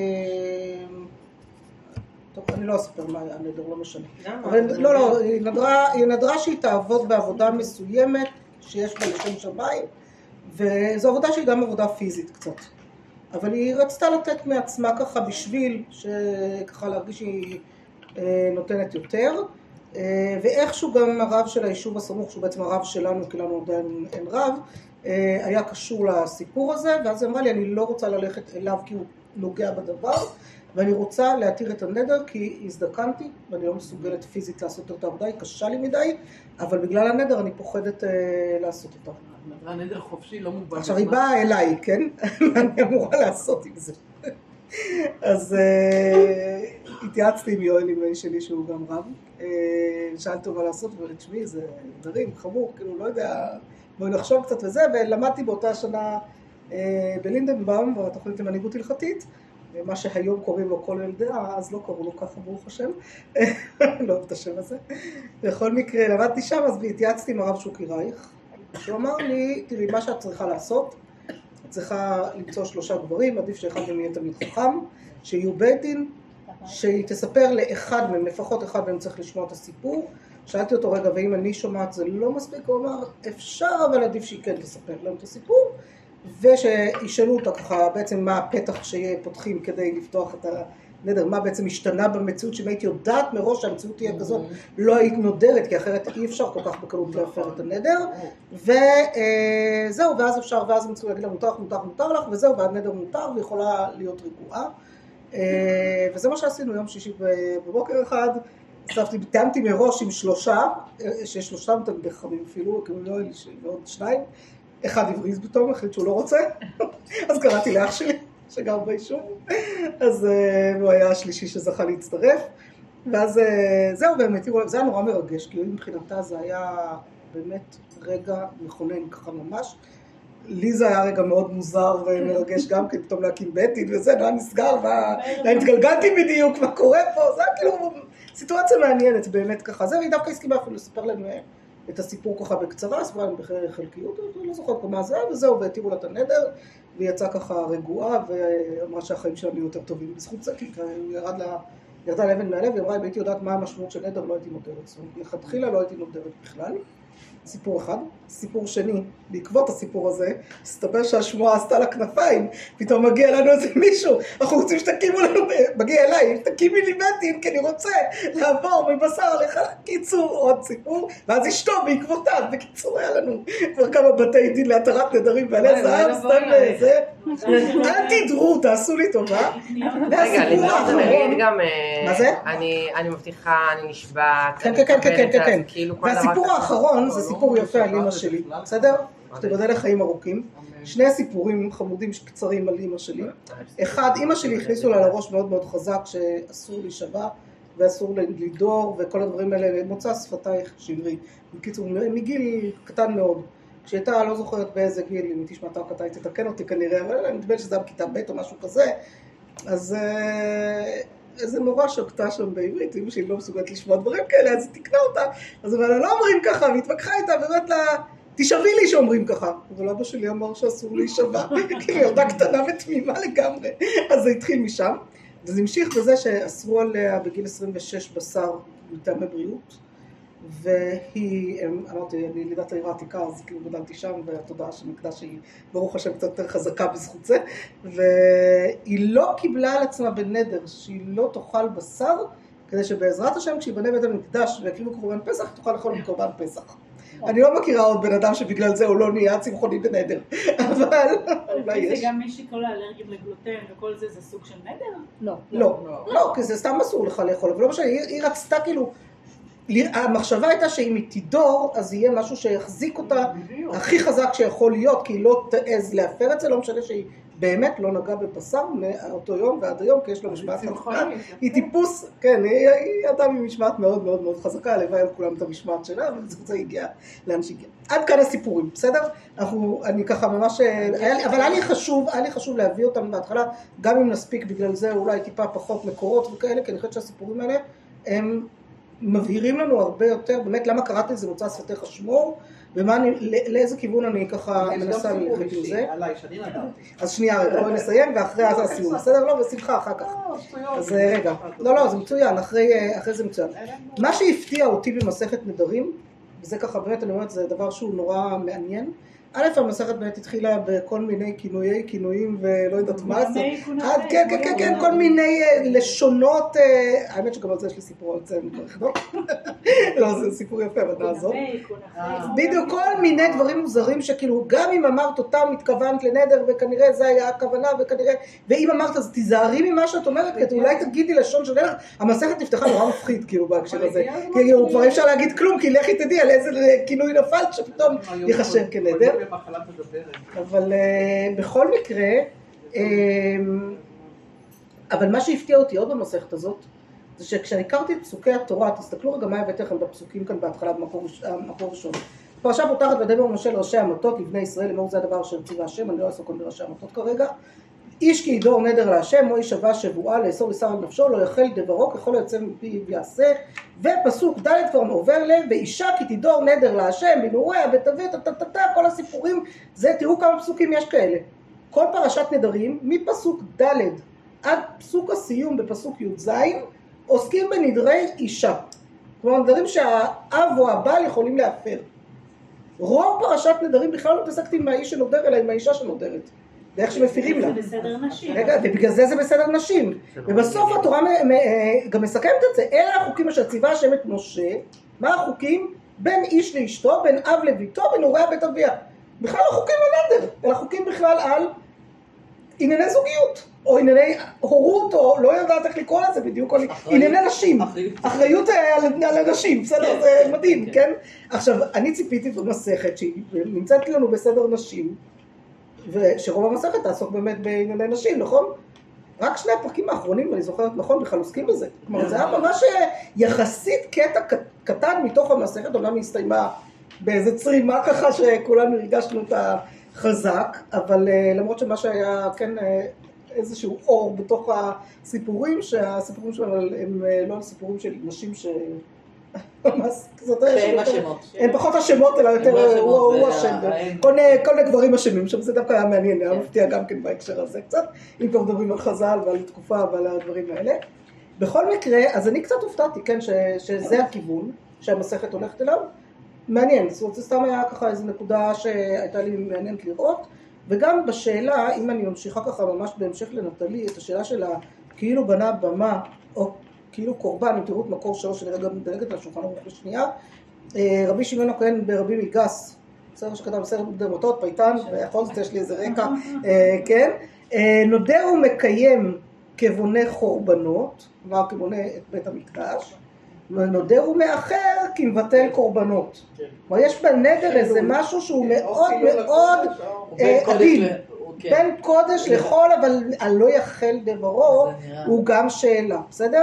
טוב, אני לא אספר מה היה הנדר, לא משנה. לא, לא, היא נדרה שהיא תעבוד בעבודה מסוימת שיש בה לשם שמיים, וזו עבודה שהיא גם עבודה פיזית קצת. אבל היא רצתה לתת מעצמה ככה בשביל שככה להרגיש שהיא נותנת יותר, ואיכשהו גם הרב של היישוב הסמוך, שהוא בעצם הרב שלנו, כי לנו עדיין אין רב, היה קשור לסיפור הזה, ואז היא אמרה לי, אני לא רוצה ללכת אליו כי הוא נוגע בדבר, ואני רוצה להתיר את הנדר כי הזדקנתי, ואני לא מסוגלת פיזית לעשות את העבודה, היא קשה לי מדי, אבל בגלל הנדר אני פוחדת לעשות אותה. הנדר חופשי לא מוגבל. עכשיו היא באה אליי, כן? אני אמורה לעשות עם זה. אז התייעצתי עם יואל עם שלי שהוא גם רב, שאלתי מה לעשות, ולתשמעי זה דברים חמור, כאילו לא יודע, בואי נחשוב קצת וזה, ולמדתי באותה שנה בלינדנבאום, בתוכנית למנהיגות הלכתית, מה שהיום קוראים לו כל ילדי, אז לא קראו לו ככה ברוך השם, לא אוהב את השם הזה. בכל מקרה למדתי שם, אז התייעצתי עם הרב שוקי רייך, שהוא אמר לי, תראי, מה שאת צריכה לעשות, את צריכה למצוא שלושה גברים, עדיף שאחד מהם יהיה תלמיד חכם, שיהיו בית דין, שהיא תספר לאחד מהם, לפחות אחד מהם צריך לשמוע את הסיפור. שאלתי אותו רגע, ואם אני שומעת זה לא מספיק, הוא אמר, אפשר, אבל עדיף שהיא כן תספר להם את הסיפור, ושישאלו אותה ככה, בעצם מה הפתח שפותחים כדי לפתוח את הנדר, מה בעצם השתנה במציאות, שאם הייתי יודעת מראש שהמציאות תהיה כזאת, לא היית נודרת, כי אחרת אי אפשר כל כך בקלות להפר את הנדר, וזהו, ואז אפשר, ואז הם צריכים להגיד לה, מותר, מותר, מותר לך, וזהו, והנדר מותר, ויכולה להיות רגועה. וזה מה שעשינו יום שישי בבוקר אחד, תיאמתי מראש עם שלושה, שיש שלושה תלמידי חכמים אפילו, כאילו לא אלי ועוד שניים, אחד הבריז פתאום, החליט שהוא לא רוצה, אז קראתי לאח שלי שגר ביישוב, אז הוא היה השלישי שזכה להצטרף, ואז זהו באמת, זה היה נורא מרגש, כי מבחינתה זה היה באמת רגע מכונן ככה ממש, לי זה היה רגע מאוד מוזר ומרגש גם, כי פתאום להקים בית דין וזה, נראה נסגר, והתגלגלתי בדיוק מה קורה פה, זה היה כאילו סיטואציה מעניינת באמת ככה, זה, והיא דווקא הסכימה אפילו לספר לנו את הסיפור ככה בקצרה, ספרה לנו בחלקיות, לא זוכרת כמה זה, וזהו, והתירו לה את הנדר, והיא יצאה ככה רגועה, ואמרה שהחיים שלנו יותר טובים בזכות זה, כי הוא ירד לה, ירדה לאבן מהלב, היא אמרה, אם הייתי יודעת מה המשמעות של נדר, לא הייתי נודרת. זאת אומרת, לכתחילה לא הייתי נודרת בכלל. סיפור אחד. סיפור שני, בעקבות הסיפור הזה, הסתבר שהשמועה עשתה לה כנפיים, פתאום מגיע לנו איזה מישהו, אנחנו רוצים שתקימו לנו, מגיע אליי, תקימי לי מתים, כי אני רוצה לעבור מבשר לחלק, קיצור, עוד סיפור, ואז אשתו בעקבותיו, בקיצור היה לנו כבר כמה בתי דין להתרת נדרים בעלי זהב, סתם לזה, אל תדרו, תעשו לי טובה. רגע, לדעת נגיד גם, מה זה? אני מבטיחה, אני נשבעת, כן, כן, כן, כן, כן, והסיפור האחרון זה סיפור יפה על אמא שלי, בסדר? שתבדל לחיים ארוכים. שני סיפורים חמודים קצרים על אמא שלי. אחד, אמא שלי הכניסו לה לראש מאוד מאוד חזק שאסור להישבע ואסור לדור וכל הדברים האלה, מוצא שפתייך שמרי. בקיצור, מגיל קטן מאוד. כשהייתה, לא זוכרת באיזה גיל, אם תשמע אותה קטן, תתקן אותי כנראה, אבל אני מתבל שזה היה בכיתה ב' או משהו כזה. אז איזה מורה שוקטה שם בעברית, אמא שלי לא מסוגלת לשמוע דברים כאלה, אז היא תקנה אותה. אז היא אמרה, לא אומרים ככה, והתווכחה איתה, ואומרת לה, תשבי לי שאומרים ככה. אבל אבא שלי אמר שאסור להישבע, כי היא ילדה קטנה ותמימה לגמרי. אז זה התחיל משם. וזה המשיך בזה שאסרו עליה בגיל עשרים ושש בשר מטעמי בריאות. והיא, אמרתי, אני לידת העיר העתיקה, אז כאילו גדלתי שם, והתודעה שמקדש שהיא ברוך השם קצת יותר חזקה בזכות זה, והיא לא קיבלה על עצמה בנדר שהיא לא תאכל בשר, כדי שבעזרת השם כשיבנה בית המקדש ויקריבו קורבן פסח, היא תוכל לאכול קורבן פסח. אני לא מכירה עוד בן אדם שבגלל זה הוא לא נהיה צמחוני בנדר, אבל אולי יש. זה גם מי שכל האלרגים לגלוטן וכל זה, זה סוג של נדר? לא. לא, לא, כי זה סתם אסור לך לאכול, אבל לא משנה, היא רצתה כאילו, המחשבה הייתה שאם היא תידור, אז יהיה משהו שיחזיק אותה הכי חזק שיכול להיות, כי היא לא תעז להפר את זה, לא משנה שהיא באמת לא נגעה בבשר מאותו יום ועד היום, כי יש לה משמעת חזקה. היא טיפוס, כן, היא אדם עם משמעת מאוד מאוד מאוד חזקה, הלוואי על כולם את המשמעת שלה, אבל זה הגיע לאן שהגיע. עד כאן הסיפורים, בסדר? אנחנו, אני ככה ממש, אבל היה לי חשוב, היה לי חשוב להביא אותם בהתחלה, גם אם נספיק בגלל זה אולי טיפה פחות מקורות וכאלה, כי אני חושבת שהסיפורים האלה הם מבהירים לנו הרבה יותר, באמת למה קראתי לזה מוצא שפתיך שמור, ולאיזה כיוון אני ככה מנסה ללכת עם זה. אז שנייה רגע, בואי נסיים ואחרי אז הסיום, בסדר? לא, ושמחה אחר כך. אז רגע, לא לא, זה מצוין, אחרי זה מצוין. מה שהפתיע אותי במסכת נדרים, וזה ככה באמת אני אומרת, זה דבר שהוא נורא מעניין, א', המסכת באמת התחילה בכל מיני כינויי, כינויים ולא יודעת מה זה. כן, כן, כן, כן, כל מיני לשונות, האמת שגם על זה יש לי סיפור על זה, אני כבר אכדוק. לא, זה סיפור יפה, אבל נעזור. בדיוק, כל מיני דברים מוזרים שכאילו, גם אם אמרת אותם, התכוונת לנדר, וכנראה זה היה הכוונה, וכנראה, ואם אמרת, אז תיזהרי ממה שאת אומרת, כי אולי תגידי לשון של נדר, המסכת נפתחה נורא מפחיד, כאילו, בהקשר הזה. כי כבר אי אפשר להגיד כלום, כי לכי תדעי על איזה כינוי נפל, שפתאום ייחשב כנדר. אבל בכל מקרה, אבל מה שהפתיע אותי עוד במסכת הזאת, זה שכשאני הכרתי את פסוקי התורה, תסתכלו רגע מה הבאתי לכם בפסוקים כאן בהתחלה במקור ראשון. פרשה פותחת ודבר משה לראשי המטות לבני ישראל, אמרו זה הדבר אשר ציווה השם, אני לא אעסוק בראשי המטות כרגע. איש כי ידור נדר להשם, או איש שווה שבועה לאסור לשר על נפשו, לא יחל דברו ככל היוצא מפי ויעשה. ופסוק ד' כבר עובר לב, ואישה כי תדור נדר להשם, בנוריה, בטבת, תתתה, כל הסיפורים, זה תראו כמה פסוקים יש כאלה. כל פרשת נדרים, מפסוק ד' עד פסוק הסיום בפסוק י"ז, עוסקים בנדרי אישה. כלומר, נדרים שהאב או הבעל יכולים להפר. רוב פרשת נדרים בכלל לא מתעסקת עם האיש שנודר, אלא עם האישה שנודרת. ואיך שמפירים לה. זה בסדר נשים. רגע, ובגלל זה זה בסדר נשים. ובסוף התורה גם מסכמת את זה. אלה החוקים אשר ציווה השם את משה. מה החוקים? בין איש לאשתו, בין אב לביתו, בין הורי בית אביה. בכלל לא חוקים על נדר, אלא חוקים בכלל על ענייני זוגיות, או ענייני הורות, או לא יודעת איך לקרוא לזה בדיוק, ענייני נשים. אחריות על הנשים, בסדר? זה מדהים, כן? עכשיו, אני ציפיתי במסכת שהיא נמצאת לנו בסדר נשים, ושרוב המסכת תעסוק באמת בענייני נשים, נכון? רק שני הפרקים האחרונים, אני זוכרת נכון, בכלל עוסקים בזה. כלומר, זה היה ממש יחסית קטע קטן מתוך המסכת, אומנם היא הסתיימה באיזה צרימה ככה שכולנו הרגשנו את החזק, אבל למרות שמה שהיה, כן, איזשהו אור בתוך הסיפורים, שהסיפורים שלנו הם לא על סיפורים של נשים ש... שהם השמות. הם פחות השמות, אלא יותר הוא השם. כל מיני גברים אשמים, שזה דווקא היה מעניין, היה מפתיע גם כן בהקשר הזה קצת, אם כבר מדברים על חז"ל ועל תקופה ועל הדברים האלה. בכל מקרה, אז אני קצת הופתעתי, כן, ש, שזה הכיוון שהמסכת הולכת אליו. מעניין, זאת אומרת, זה סתם היה ככה איזו נקודה שהייתה לי מעניינת לראות, וגם בשאלה, אם אני ממשיכה ככה ממש בהמשך לנטלי, את השאלה של כאילו בנה במה, או כאילו קורבן, אם תראו את מקור שלוש, שאני רגע מדלגת לשולחן ערוך לשנייה, רבי שמעון הכהן ברבי מגס, בסדר שכתב בסדר דמותות, פייטן, ויכול זאת יש לי איזה רקע, כן, נודר ומקיים כבונה חורבנות, כלומר כבונה את בית המקדש, ונודר ומאחר כמבטל קורבנות. כלומר יש בנדר איזה משהו שהוא מאוד מאוד עדין, בין קודש לחול, אבל הלא יחל דברו הוא גם שאלה, בסדר?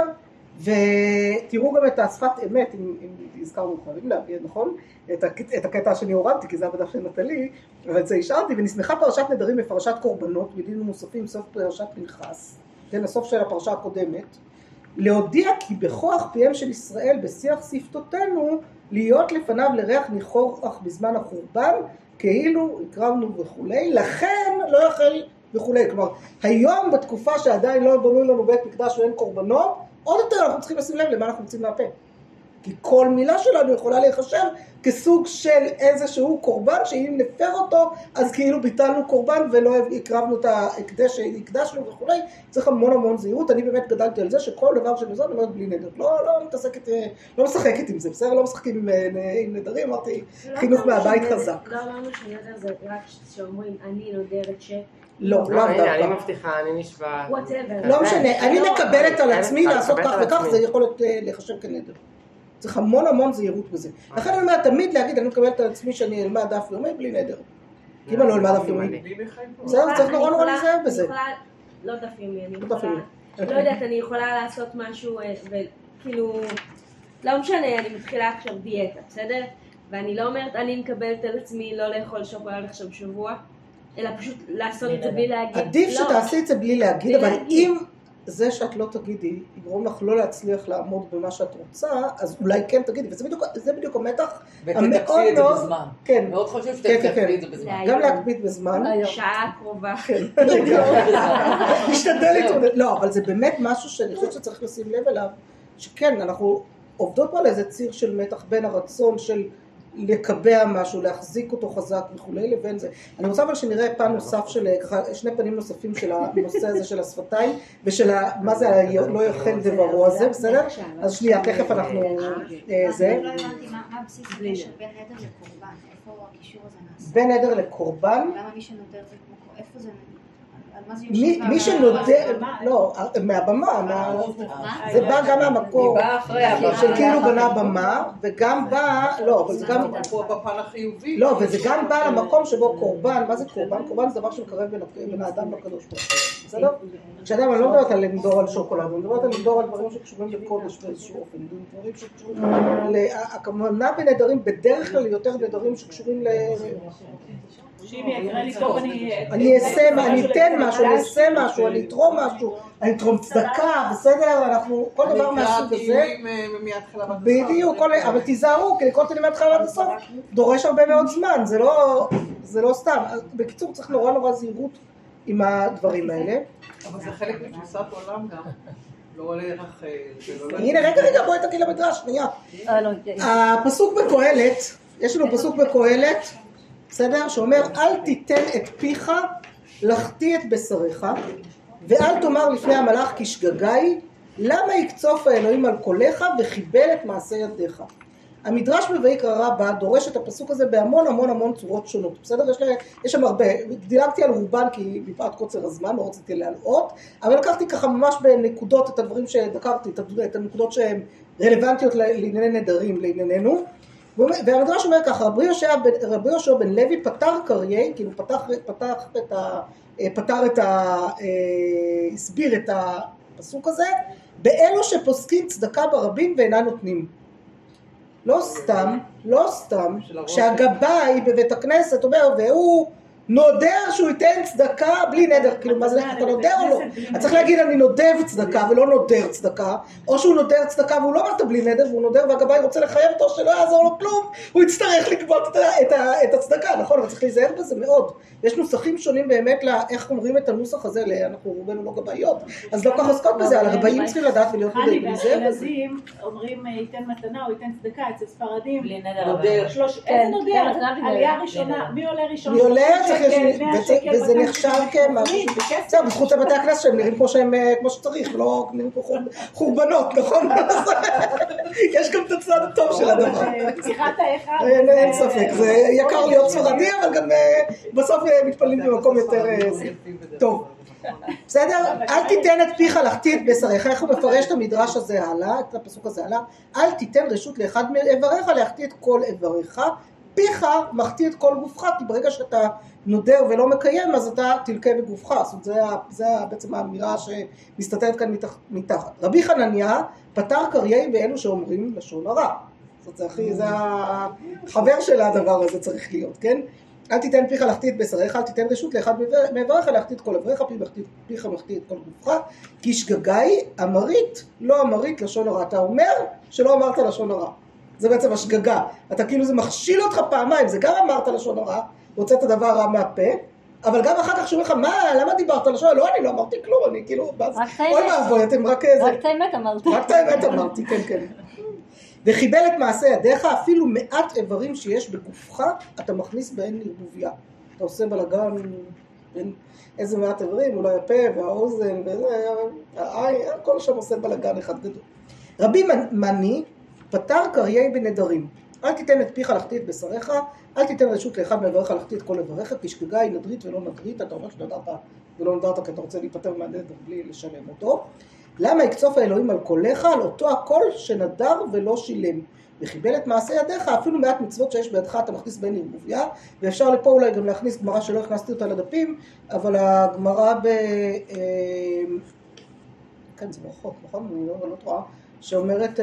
ותראו גם את השפת אמת, אם הזכרנו חייבים להביא, נכון? את הקטע שאני הורדתי, כי זה הבדף של נטלי, אבל את זה השארתי, ונסמכה פרשת נדרים בפרשת קורבנות, בדינים נוספים, סוף פרשת פנחס, כן, הסוף של הפרשה הקודמת, להודיע כי בכוח פיהם של ישראל בשיח שפתותינו, להיות לפניו לריח ניחוח בזמן החורבן, כאילו הקרבנו וכולי, לכן לא יחל וכולי. כלומר, היום בתקופה שעדיין לא בנו לנו בית מקדש ואין קורבנות, עוד יותר אנחנו צריכים לשים לב למה אנחנו רוצים מהפה. כי כל מילה שלנו יכולה להיחשב כסוג של איזשהו קורבן, שאם נפר אותו, אז כאילו ביטלנו קורבן ולא הקרבנו את ההקדש שהקדשנו וכו'. צריך המון המון זהירות. אני באמת גדלתי על זה שכל דבר שאני עושה, אני אומרת בלי נדר. לא, לא מתעסקת, לא משחקת עם זה, בסדר? לא משחקים עם, עם נדרים, אמרתי, חינוך מהבית חזק. לא אמרנו שנדר זה רק שאומרים, אני נודרת ש... לא, לא דווקא. אני מבטיחה, אני נשבעת. לא משנה, אני מקבלת על עצמי לעשות כך וכך, זה יכול להיחשב כנדר. צריך המון המון זהירות בזה. לכן אני אומרת, תמיד להגיד, אני מקבלת על עצמי שאני אלמד דף יומי בלי נדר. כי אם אני לא אלמד דף יומי. זהו, צריך נורא נורא להיזהר בזה. לא דף יומי, אני יכולה, לא יודעת, אני יכולה לעשות משהו, וכאילו, לא משנה, אני מתחילה עכשיו דיאטה, בסדר? ואני לא אומרת, אני מקבלת על עצמי לא לאכול שוקולד עכשיו שבוע, אלא פשוט לעשות את זה בלי להגיד. עדיף שתעשי את זה בלי להגיד, אבל אם זה שאת לא תגידי, יגרום לך לא להצליח לעמוד במה שאת רוצה, אז אולי כן תגידי, וזה בדיוק, זה בדיוק המתח המאוד ותתקפי את זה בזמן. כן. מאוד חושב שתתקפי את זה בזמן. גם להקפיד בזמן. שעה קרובה. כן. משתדל להתמודד. לא, אבל זה באמת משהו שאני חושבת שצריך לשים לב אליו, שכן, אנחנו עובדות פה על איזה ציר של מתח בין הרצון של לקבע משהו, להחזיק אותו חזק וכולי לבין זה. אני רוצה אבל שנראה פן נוסף של, ככה, שני פנים נוספים של הנושא הזה של השפתיים, ושל מה זה לא יחל דברו הזה, בסדר? אז שנייה, תכף אנחנו... זה. לא הבנתי מה הבסיס קשר בין נדר לקורבן, איפה הקישור הזה נעשה? בין נדר לקורבן? למה מי שנודר זה כמו, איפה זה... מי שנודר, לא, מהבמה, זה בא גם מהמקור, שכאילו בנה במה, וגם בא, לא, אבל זה גם, בפן החיובי, לא, וזה גם בא למקום שבו קורבן, מה זה קורבן? קורבן זה דבר שמקרב בין האדם לקדוש ברוך הוא, בסדר? כשאדם, אני לא מדברת על לנדור על שוקולד, אני מדברת על לנדור על דברים שקשורים לקודש באיזשהו אופן, דברים שקשורים, הכוונה בנדרים, בדרך כלל יותר נדרים שקשורים ל... אני אעשה, אני אתן משהו, אני אעשה משהו, אני אתרום משהו, אני אתרום צדקה, בסדר, אנחנו, כל דבר מהסוג הזה, בדיוק, אבל תיזהרו, כי כל תני מהתחלה עד הסוף דורש הרבה מאוד זמן, זה לא סתם, בקיצור צריך נורא נורא זהירות עם הדברים האלה. אבל זה חלק מתפיסת עולם גם, לא הולך, הנה רגע רגע בואי תגיד למדרש, שנייה, הפסוק בקהלת, יש לנו פסוק בקהלת, בסדר? שאומר, אל תיתן את פיך, לחטיא את בשריך, ואל תאמר לפני המלאך כשגגאי, למה יקצוף האלוהים על קולך וחיבל את מעשה ידיך? המדרש בויקרא רבה דורש את הפסוק הזה בהמון המון המון צורות שונות, בסדר? יש, לה, יש שם הרבה, דילגתי על רובן כי מפאת קוצר הזמן, לא רציתי להלאות, אבל לקחתי ככה ממש בנקודות את הדברים שדקרתי, את הנקודות שהן רלוונטיות לענייני נדרים, לענייננו, והמדרש אומר ככה, רבי יהושע בן לוי פתר קריי, כאילו פתח, פתח את ה... פתר את ה... הסביר את הפסוק הזה, באלו שפוסקים צדקה ברבים ואינם נותנים. לא סתם, לא סתם, שהגבאי בבית הכנסת אומר, והוא נודר שהוא ייתן צדקה בלי נדר, כאילו מה זה, אתה נודר או לא? אתה צריך להגיד אני נודב צדקה ולא נודר צדקה, או שהוא נודר צדקה והוא לא אמרת בלי נדר, והוא נודר והגבאי רוצה לחייב אותו שלא יעזור לו כלום, הוא יצטרך לגבות את הצדקה, נכון? אבל צריך להיזהר בזה מאוד. יש נוסחים שונים באמת לאיך אומרים את הנוסח הזה, אנחנו רובנו לא גבאיות, אז לא כך עוסקות בזה, אבל הגבאים צריכים לדעת ולהיות מודעים בזה. והאשכנזים אומרים ייתן מתנה או ייתן צדקה, אצל ספרדים בלי נדר. איזה נודר? עלייה ראשונה, מי עולה ראשון? מי עולה? וזה נחשב כמשהו, זהו, בזכות בתי הכנסת שהם נראים כמו שהם כמו שצריך, ולא נראים כמו חורבנות, נכון? יש גם את הצד הטוב של הדבר. אין ספק, זה יקר להיות ספרדי, אבל גם בסוף מתפללים במקום יותר טוב. בסדר? אל תיתן את פיך לחטיא את בשריך, איך הוא מפרש את המדרש הזה הלאה, את הפסוק הזה הלאה, אל תיתן רשות לאחד מאיבריך להחטיא את כל איבריך, פיך מחטיא את כל גופך, כי ברגע שאתה נודר ולא מקיים, אז אתה תלקה בגופך. זאת אומרת, זה, זה בעצם האמירה שמסתתרת כאן מתחת. רבי חנניה פתר קריי באלו שאומרים לשון הרע. זאת אומרת, זה החבר של הדבר הזה צריך להיות, כן? אל תיתן פיך להחטיא את בשריך, אל תיתן רשות לאחד מאיבריך להחטיא את כל איבריך, פיך מחטיא את כל גופך, כי שגגאי אמרית, לא אמרית לשון הרע. אתה אומר שלא אמרת לשון הרע. זה בעצם השגגה. אתה כאילו זה מכשיל אותך פעמיים, זה גם אמרת לשון הרע, הוצאת הדבר רע מהפה, אבל גם אחר כך שאומרים לך, מה, למה דיברת לשון? לא, אני לא אמרתי כלום, אני כאילו, אוי מעבוי, אתם רק איזה... רק את האמת אמרתי. רק את האמת אמרתי, כן, כן. וחיבל את מעשה ידיך, אפילו מעט איברים שיש בגופך, אתה מכניס בהן ערבוביה. אתה עושה בלגן בין איזה מעט איברים, אולי הפה והאוזן, והעין, כל שם עושה בלגן אחד גדול. רבי מני פתר קריי בנדרים. אל תיתן את פיך לחטיא את בשריך, אל תיתן רשות לאחד מאיבריך לחטיא את כל איבריך, כי שגגה היא נדרית ולא נדרית, אתה אומר שנדרת ולא נדרת כי אתה רוצה להיפטר מהנדר בלי לשלם אותו. למה יקצוף האלוהים על קולך, על אותו הקול שנדר ולא שילם? וחיבל את מעשה ידיך, אפילו מעט מצוות שיש בידך אתה מכניס בין ערבוביה, ואפשר לפה אולי גם להכניס גמרא שלא הכנסתי אותה לדפים, אבל הגמרא ב... כן, זה ברכות, נכון? אני לא טועה. שאומרת,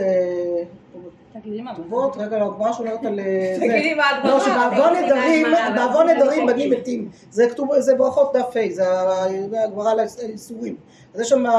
כתובות, רגע, לא, הגמרא שאומרת על... תגידי מה הגמרא. לא, שבעוון נדרים בנים מתים. זה ברכות דף ה', זה הגמרא על האיסורים. אז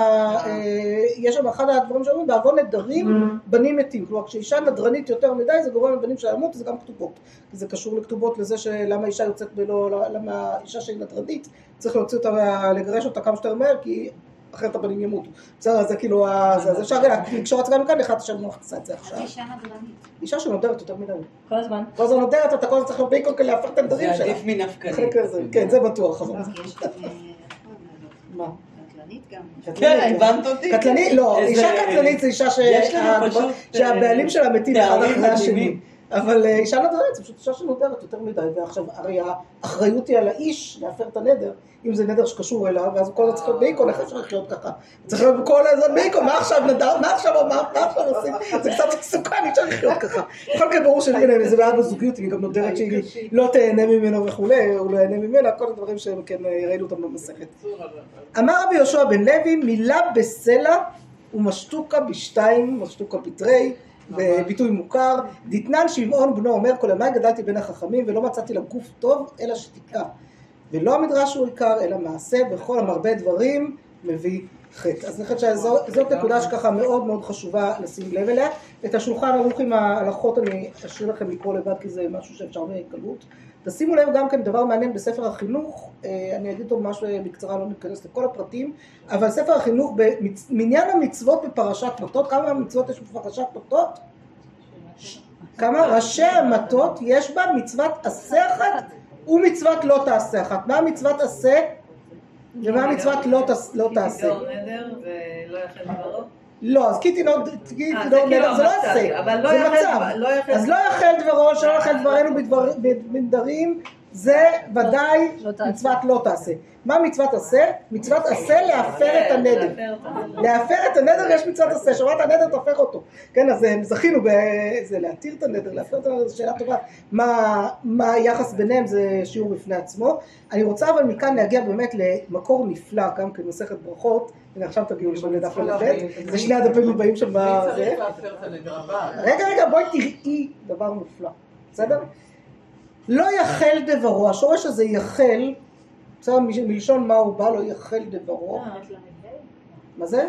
יש שם אחד הדברים שאומרים, בעוון נדרים בנים מתים. כלומר, כשאישה נדרנית יותר מדי, זה גורם לבנים של למות, זה גם כתובות. זה קשור לכתובות לזה שלמה אישה יוצאת בלא, למה אישה שהיא נדרנית, צריך להוציא אותה, לגרש אותה כמה שיותר מהר, כי... אחרת הבנים ימותו. בסדר, זה כאילו, זה אפשר לקשור את זה גם כאן, אחד שאני מכניסה את זה עכשיו. אישה נדרנית. אישה שנודרת יותר מדי. כל הזמן. כל הזמן נודרת, אתה כל הזמן צריך להפיק כל כך להפך את הנדרים שלה. זה עדיף מנפקנית. כן, זה בטוח. יש גם... מה? קטלנית גם. כן, הבנת אותי? קטלנית? לא, אישה קטלנית זה אישה שהבעלים שלה מתים אחד אחרי השני. אבל אישה נדרית, זה פשוט אישה שנודרת יותר מדי, ועכשיו הרי האחריות היא על האיש להפר את הנדר, אם זה נדר שקשור אליו, ואז כל הזמן צריך להיות בייקון, איך אפשר לחיות ככה? צריך להיות בכל הזמן בייקון, מה עכשיו נדר, מה עכשיו אמרת, מה עכשיו עושים? זה קצת מסוכן, אי אפשר לחיות ככה. בכל כך ברור שלי, זה בעיה בזוגיות, היא גם נודרת שהיא לא תהנה ממנו וכולי, הוא לא יהנה ממנה, כל הדברים שהם כן ראינו אותם במסכת. אמר רבי יהושע בן לוי, מילה בסלע ומשתוקה בשתיים, משתוקה בתרי, בביטוי מוכר, דתנן שמעון בנו אומר, כל ימי גדלתי בין החכמים ולא מצאתי לגוף טוב אלא שתיקה, ולא המדרש הוא עיקר אלא מעשה, וכל המרבה דברים מביא חטא. אז אני חושבת שזאת נקודה שככה מאוד מאוד חשובה לשים לב אליה. את השולחן ערוך עם ההלכות אני אשאיר לכם לקרוא לבד, כי זה משהו שאפשר בקלות. תשימו לב גם כן דבר מעניין בספר החינוך, אני אגיד אותו ממש בקצרה, לא ניכנס לכל הפרטים, אבל ספר החינוך במניין המצוות בפרשת מטות, כמה מצוות יש בפרשת מטות? כמה ראשי המטות יש בה מצוות עשה אחת ומצוות לא תעשה אחת. מה מצוות עשה ומה מצוות לא תעשה? לא, אז כי תינוק נדר זה לא עשה, זה מצב. אז לא יחל דברו, שלא יחל דברנו בנדרים, זה ודאי מצוות לא תעשה. מה מצוות עשה? מצוות עשה להפר את הנדר. להפר את הנדר יש מצוות עשה, שמעת הנדר תהפך אותו. כן, אז זכינו בזה, להתיר את הנדר, להפר את הנדר, זו שאלה טובה. מה היחס ביניהם זה שיעור בפני עצמו. אני רוצה אבל מכאן להגיע באמת למקור נפלא, גם כמסכת ברכות. הנה עכשיו תגיעו לשם לדף לבית, זה שני הדפים הבאים שם בזה. רגע רגע בואי תראי דבר מופלא, בסדר? לא יחל דברו, השורש הזה יחל, בסדר, מלשון מה הוא בא, לא יחל דברו. מה זה?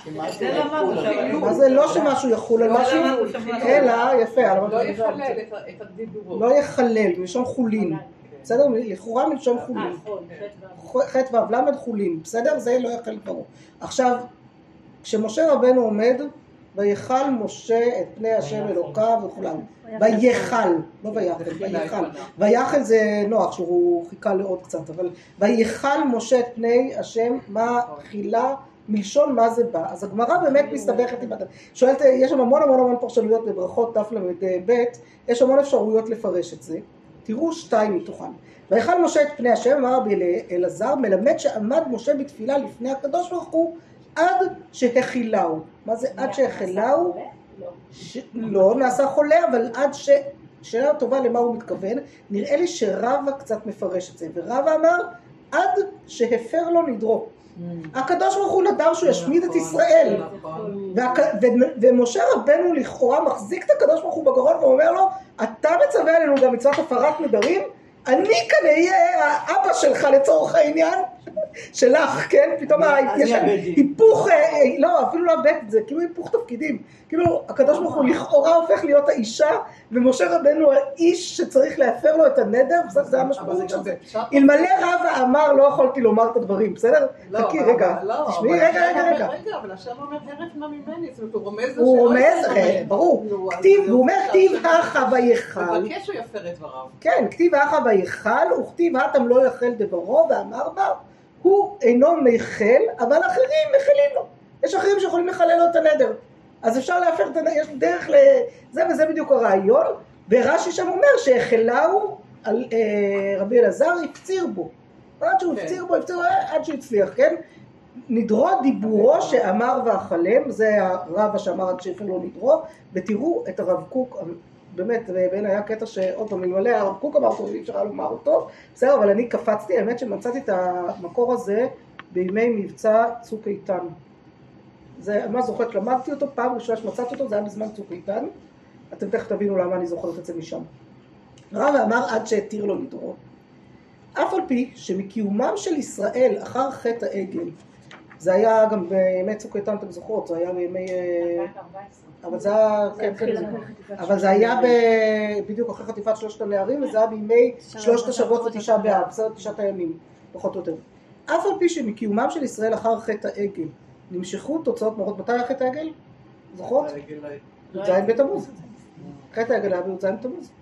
מה זה לא שמשהו יחול על משהו, אלא יפה, לא יחלל את הדיבורו. לא יחלל, מלשון חולין, בסדר? לכאורה מלשון חולין. חטא ואב למד חולין, בסדר? זה לא יחל דברו. עכשיו, כשמשה רבנו עומד, ויחל משה את פני השם אלוקיו וכולם. ויחל, לא ויחל, ויחל. ויחל זה נוח, שהוא חיכה לעוד קצת, אבל ויחל משה את פני השם, מה חילה, מלשון מה זה בא. אז הגמרא באמת מסתבכת עם... שואלת, יש שם המון המון המון פרשנויות בברכות ת' למד ב', יש המון אפשרויות לפרש את זה. תראו שתיים מתוכן. ויחל משה את פני השם, אמר רבי אלעזר, מלמד שעמד משה בתפילה לפני הקדוש ברוך הוא, עד שהחילהו. מה זה עד שהחילהו? לא, נעשה חולה, אבל עד ש... שאלה טובה למה הוא מתכוון. נראה לי שרבא קצת מפרש את זה, ורבא אמר עד שהפר לו נדרו. הקדוש ברוך הוא נדר שהוא ישמיד את ישראל, ומשה רבנו לכאורה מחזיק את הקדוש ברוך הוא בגרון ואומר לו, אתה מצווה עלינו גם מצוות הפרת נדרים, אני כאן אהיה האבא שלך לצורך העניין שלך, כן? פתאום יש היפוך, לא, אפילו לא בית, זה כאילו היפוך תפקידים. כאילו, הקדוש ברוך הוא לכאורה הופך להיות האישה, ומשה רבנו האיש שצריך להפר לו את הנדר, זה המשמעות של זה. אלמלא רבא אמר, לא יכולתי לומר את הדברים, בסדר? חכי, רגע, תשמעי, רגע, רגע, רגע. רגע, אבל השם אומר, הרף נא ממני, זאת אומרת, הוא רומז לו הוא רומז, ברור. הוא אומר, כתיב הכה ויחל. הוא מבקש שהוא יפר את דבריו. כן, כתיב הכה ויחל, וכתיב התם לא יחל דברו, ואמר בה, הוא אינו מיכל, אבל אחרים מחלים לו. יש אחרים שיכולים לחלל לו את הנדר. אז אפשר להפר את הנדר, יש דרך לזה, וזה בדיוק הרעיון. ורש"י שם אומר שהחלהו על אה, רבי אלעזר, הפציר בו. עד שהוא הפציר בו, הפציר בו, עד שהוא הצליח, כן? נדרו דיבורו שאמר ואכלם, זה הרב שאמר עד שהפר לו נדרו, ותראו את הרב קוק, באמת, בין היה קטע שעוד פעם, אלמלא הרב קוק אמר אותו, אי אפשר היה לומר אותו, בסדר, אבל אני קפצתי, האמת שמצאתי את המקור הזה בימי מבצע צוק איתן. זה, מה זוכרת, למדתי אותו, פעם ראשונה שמצאתי אותו, זה היה בזמן צוק איתן, אתם תכף תבינו למה אני זוכרת את זה משם. רב אמר עד שהתיר לו נדרו, אף על פי שמקיומם של ישראל אחר חטא העגל, זה היה גם בימי צוק איתן, אתם זוכרות, זה היה בימי... אבל זה היה, כן, כן, אבל זה היה בדיוק אחרי חטיפת שלושת הנערים, וזה היה בימי שלושת השבועות ותשעה באב, בסדר תשעת הימים, פחות או יותר. אף על פי שמקיומם של ישראל אחר חטא העגל, נמשכו תוצאות מרות, מתי היה חטא העגל? זוכרות? י"ז בתמוז. חטא העגל היה בי"ז בתמוז.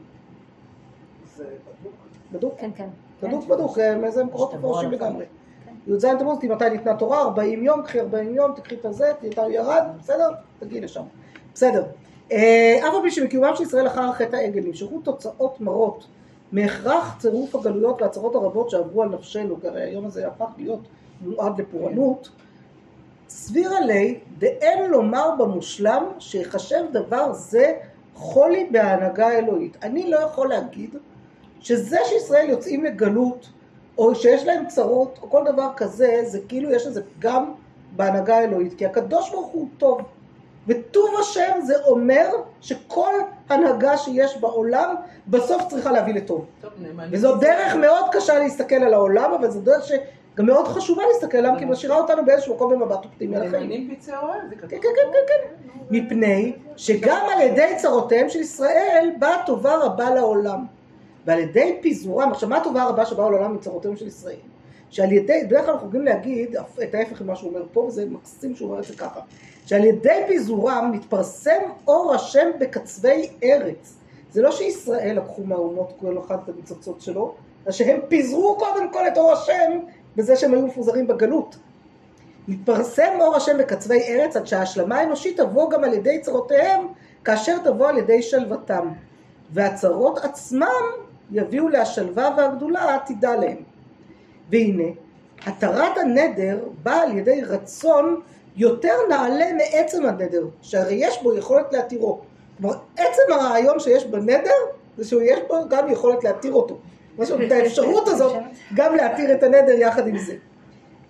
זה בדוק? בדוק? כן, כן. בדוק, בדוק, מאיזה מקורות מפורשים לגמרי. י"ז בתמוז, מתי ניתנה תורה, ארבעים יום, קחי ארבעים יום, תקחי את הזה, תהיה ירד, בסדר? תגיעי לשם. בסדר. אף על פי שמקיומם של ישראל אחר חטא העגל נמשכו תוצאות מרות מהכרח צירוף הגלויות והצרות הרבות שעברו על נפשנו, כי הרי היום הזה הפך להיות מועד לפורענות, סביר עלי דאין לומר במושלם שיחשב דבר זה חולי בהנהגה האלוהית. אני לא יכול להגיד שזה שישראל יוצאים לגלות או שיש להם צרות או כל דבר כזה, זה כאילו יש לזה פגם בהנהגה האלוהית, כי הקדוש ברוך הוא טוב. וטוב השם זה אומר שכל הנהגה שיש בעולם בסוף צריכה להביא לטוב. טוב, וזו דרך מאוד קשה להסתכל על העולם, אבל זו דרך שגם מאוד חשובה להסתכל עליו, כי משאירה אותנו באיזשהו מקום במבט אופטימי על החיים. נאמנים פצעי אוהב, זה כתוב. כן, כן, כן, כן. מפני שגם על ידי צרותיהם של ישראל באה טובה רבה לעולם. ועל ידי פיזורם, עכשיו מה הטובה הרבה שבאה לעולם מצרותיהם של ישראל? שעל ידי, בדרך כלל אנחנו יכולים להגיד את ההפך ממה שהוא אומר פה, וזה מקסים שהוא אומר את זה ככה, שעל ידי פיזורם מתפרסם אור השם בקצווי ארץ. זה לא שישראל לקחו מהאומות כל אחד את המצוצות שלו, אלא שהם פיזרו קודם כל את אור השם בזה שהם היו מפוזרים בגלות. מתפרסם אור השם בקצווי ארץ עד שההשלמה האנושית תבוא גם על ידי צרותיהם, כאשר תבוא על ידי שלוותם. והצרות עצמם יביאו להשלווה והגדולה העתידה להם. והנה, התרת הנדר באה על ידי רצון יותר נעלה מעצם הנדר, שהרי יש בו יכולת להתירו. כלומר, עצם הרעיון שיש בנדר, זה שיש בו גם יכולת להתיר אותו. את האפשרות הזאת, גם להתיר את הנדר יחד עם זה.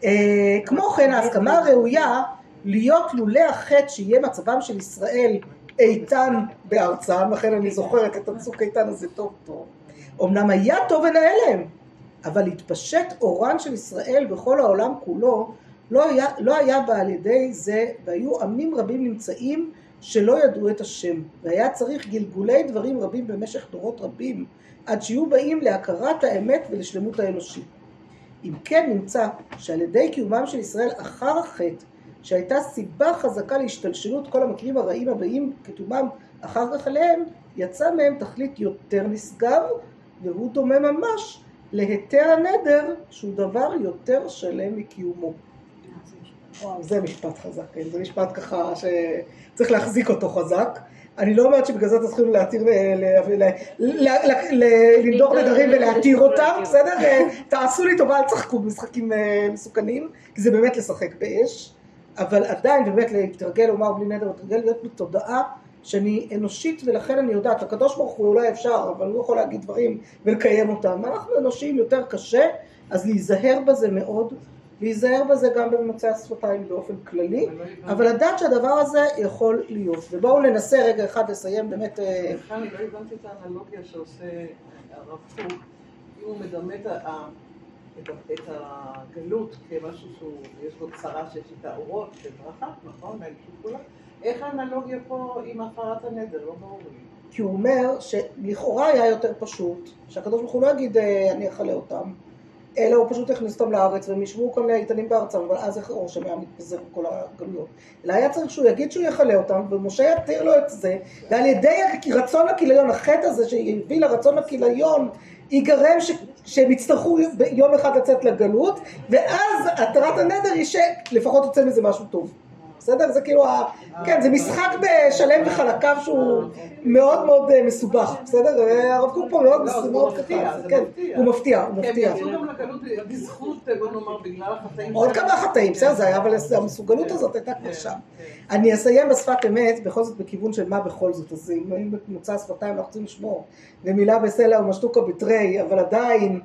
כמו כן, ההסכמה הראויה להיות לולא החטא שיהיה מצבם של ישראל איתן בארצם, לכן אני זוכרת את הצוק איתן הזה טוב טוב. אמנם היה טוב ונעלם, אבל התפשט אורן של ישראל בכל העולם כולו, לא היה, לא היה בה על ידי זה, והיו עמים רבים נמצאים שלא ידעו את השם, והיה צריך גלגולי דברים רבים במשך דורות רבים, עד שיהיו באים להכרת האמת ולשלמות האנושית. אם כן נמצא שעל ידי קיומם של ישראל אחר החטא, שהייתה סיבה חזקה להשתלשלות כל המקרים הרעים הבאים כתומם אחר כך עליהם, יצא מהם תכלית יותר נשגב, והוא דומה ממש להיתר הנדר, שהוא דבר יותר שלם מקיומו. וואו, זה משפט חזק, כן? זה משפט ככה שצריך להחזיק אותו חזק. אני לא אומרת שבגלל זה צריכים להתיר, לנדור נדרים ולהתיר אותם, בסדר? תעשו לי טובה, אל תשחקו במשחקים מסוכנים, כי זה באמת לשחק באש, אבל עדיין באמת להתרגל, לומר בלי נדר, להתרגל להיות בתודעה שאני אנושית, ולכן אני יודעת, הקדוש ברוך הוא אולי אפשר, אבל הוא יכול להגיד דברים ולקיים אותם. אנחנו אנושיים יותר קשה, אז להיזהר בזה מאוד, להיזהר בזה גם במוצאי השפתיים באופן כללי, אבל לדעת שהדבר הזה יכול להיות. ובואו ננסה רגע אחד לסיים באמת... אני לא הבנתי את האנלוגיה שעושה הרב קוק, אם הוא מדמה את הגלות כמשהו שיש בו צרה שיש איתה אורות, כברכה, נכון? איך האנלוגיה פה עם הפרת הנדר? לא ברור לי. כי הוא אומר שלכאורה היה יותר פשוט, שהקדוש ברוך הוא לא יגיד אני אחלה אותם, אלא הוא פשוט הכניס אותם לארץ והם ישבו כאן לאיתנים בארצם, אבל אז איך אור שמיה מתפזר כל הגלויות. אלא היה צריך שהוא יגיד שהוא יחלה אותם, ומשה יתיר לו את זה, ועל ידי רצון הכיליון, החטא הזה שיביא לרצון הכיליון, ייגרם ש... שהם יצטרכו יום אחד לצאת לגלות, ואז התרת הנדר היא שלפחות יוצא מזה משהו טוב. בסדר? זה כאילו, ה... כן, זה משחק בשלם וחלקיו שהוא מאוד מאוד מסובך, בסדר? הרב קוק פה מאוד מאוד קטן, כן, הוא מפתיע, הוא מפתיע. הם יצאו גם לגלות בזכות, בוא נאמר, בגלל החטאים. עוד כמה חטאים, בסדר, זה היה, אבל המסוגלות הזאת הייתה כבר שם. אני אסיים בשפת אמת, בכל זאת בכיוון של מה בכל זאת, אז אם במוצא השפתיים אנחנו רוצים לשמור, ומילה בסלע ומשתוקה בתרי, אבל עדיין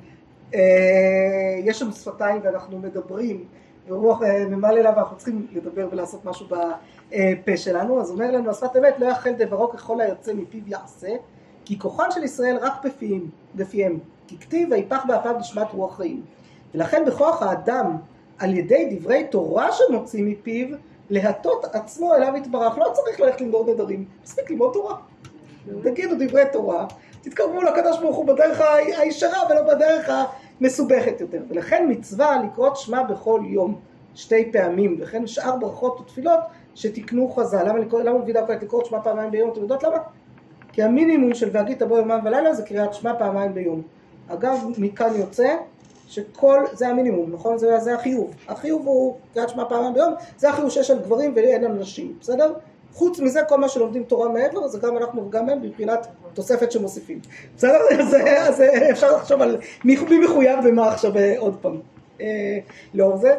יש שם שפתיים ואנחנו מדברים, ורוח ממלא אליו, ואנחנו צריכים לדבר ולעשות משהו בפה שלנו. אז אומר לנו, השפת אמת לא יחל דברו ככל היוצא מפיו יעשה, כי כוחן של ישראל רק בפיהם, בפיהם. כי כתיב ויפח באפיו נשמת רוח חיים. ולכן בכוח האדם, על ידי דברי תורה שמוצאים מפיו, להטות עצמו אליו יתברך. לא צריך ללכת ללמוד נדרים, מספיק ללמוד תורה. תגידו דברי תורה, תתקרבו לקדוש ברוך הוא בדרך הישרה ולא בדרך המסובכת יותר. ולכן מצווה לקרות שמה בכל יום שתי פעמים, וכן שאר ברכות ותפילות שתקנו חז"ל. למה, למה מביא דווקא לקרות שמה פעמיים ביום? אתם יודעות למה? כי המינימום של והגית בו יומם ולילה זה קריאת שמה פעמיים ביום. אגב, מכאן יוצא שכל, זה המינימום, נכון? זה, זה החיוב. החיוב הוא קריאת שמה פעמיים ביום, זה החיוב שיש על גברים ואין על נשים, בסדר? חוץ מזה, כל מה שלומדים תורה מעבר, זה גם אנחנו וגם הם מבחינת תוספת שמוסיפים. בסדר? אז אפשר לחשוב על מי מחויב ומה עכשיו עוד פעם. לאור זה.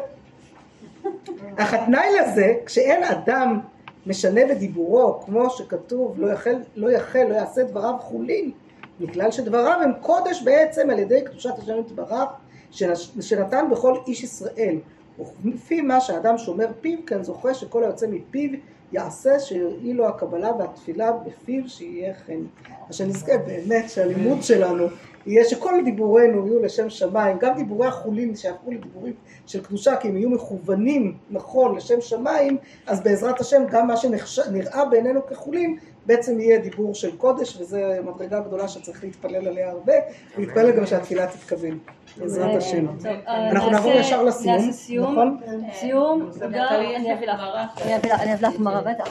אך התנאי לזה, כשאין אדם משנה בדיבורו, כמו שכתוב, לא יחל, לא יחל, לא יעשה דבריו חולין, מכלל שדבריו הם קודש בעצם על ידי קדושת השם יתברך, שנתן בכל איש ישראל. ולפי מה שהאדם שומר פיו, כן זוכה שכל היוצא מפיו, יעשה שיראי לו הקבלה והתפילה בפיו שיהיה חן. אז שנזכה באמת שהלימוד שלנו יהיה שכל דיבורנו יהיו לשם שמיים, גם דיבורי החולין שהפכו לדיבורים של קדושה, כי הם יהיו מכוונים נכון לשם שמיים, אז בעזרת השם גם מה שנראה בעינינו כחולין, בעצם יהיה דיבור של קודש, וזה מדרגה גדולה שצריך להתפלל עליה הרבה, ולהתפלל גם שהתפילה תתכוון. בעזרת השם. אנחנו נעבור ישר לסיום, נעשה סיום, נכון? סיום, אני אביא לך, אני אביא לך גמרא, בטח.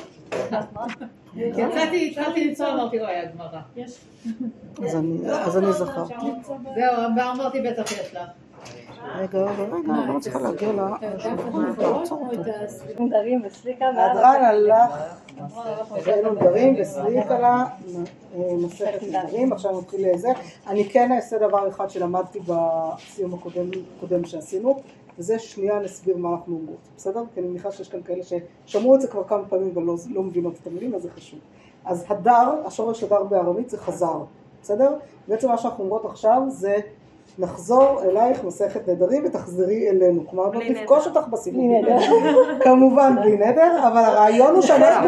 יצאתי, התחלתי למצוא, אמרתי, לא היה גמרא. יש. אז אני זכרתי. זהו, ואמרתי, בטח יש לך. רגע, רגע, רגע, אני לא צריכה להגיע לשולחן, תעצור אותו. נדרים וסליקה. הדרן הלך, הבאנו נדרים וסליקה לה, מסכת נדרים, עכשיו נתחיל לזה. אני כן אעשה דבר אחד שלמדתי בסיום הקודם שעשינו, וזה שנייה נסביר מה אנחנו אומרות, בסדר? כי אני מניחה שיש כאן כאלה ששמעו את זה כבר כמה פעמים אבל לא מבינות את המילים, אז זה חשוב. אז הדר, השורש הדר בארמית זה חזר, בסדר? בעצם מה שאנחנו אומרות עכשיו זה נחזור אלייך מסכת נדרים ותחזרי אלינו, כלומר לא נפגוש אותך בסיבוב, כמובן בלי נדר, אבל הרעיון הוא שאנחנו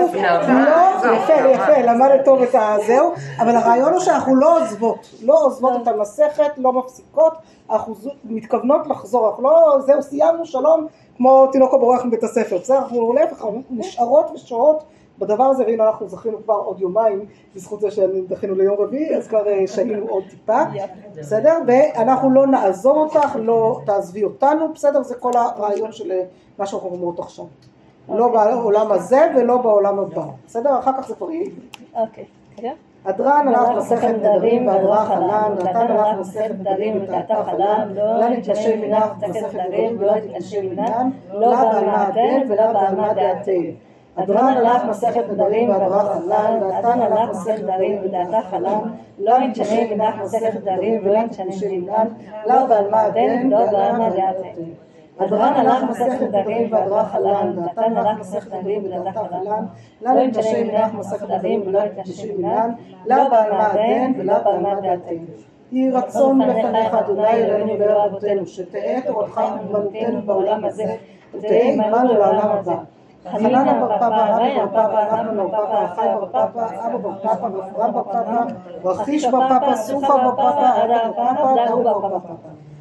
לא, יפה יפה, למדת טוב את הזהו, אבל הרעיון הוא שאנחנו לא עוזבות, לא עוזבות את המסכת, לא מפסיקות, אנחנו מתכוונות לחזור, אנחנו לא, זהו סיימנו שלום, כמו תינוק הבורח מבית הספר, בסדר, אנחנו נשארות ושוהות בדבר הזה, והנה אנחנו זכינו כבר עוד יומיים, בזכות זה שדחינו ליום רביעי, אז כבר שהינו עוד טיפה, בסדר? ואנחנו לא נעזור אותך, לא תעזבי אותנו, בסדר? זה כל הרעיון של מה שאנחנו אומרות עכשיו. לא בעולם הזה ולא בעולם הבא, בסדר? אחר כך זה כבר יהיה. אוקיי, כן. הדרן הלך מסכת נדרים והדרה חלן, נתן הלך מסכת נדרים ותעתה חלן, לא נתנשי מנך מסכת נדרים ולא נתנשי מנן, לא בעלמה דן ולא בעלמה דעתן. הדרן הלך מסכת נדרים והדרה חלן, נתן הלך מסכת נדרים ודעתה חלן, לא נתנשי מנך מסכת נדרים ולא נתנשי מנן, לא בעלמה דן ולא בעלמה דעתן. הדרן הלך מסכת נדרים והדרה חלן, נתן הלך מסכת נדרים ודעתה חלן, לא נתנשי מנך מסכת נדרים ולא נתנשי מנן, לא בעלמה דן ולא בעלמה דעתן. יהי רצון לפניך אדוני אלוהינו ואלוהי אבותינו, שתהא תורתך אומנותנו בעולם הזה, ותהא עמנו לעולם הבא. חנן בר פפא, רבי בר פפא, נחמן בר פפא, אחי בר פפא, אבא בר פפא, רפרם בר פפא, רכיש בר פפא, סופה בר פפא, אדר בר פפא, דאו בר פפא.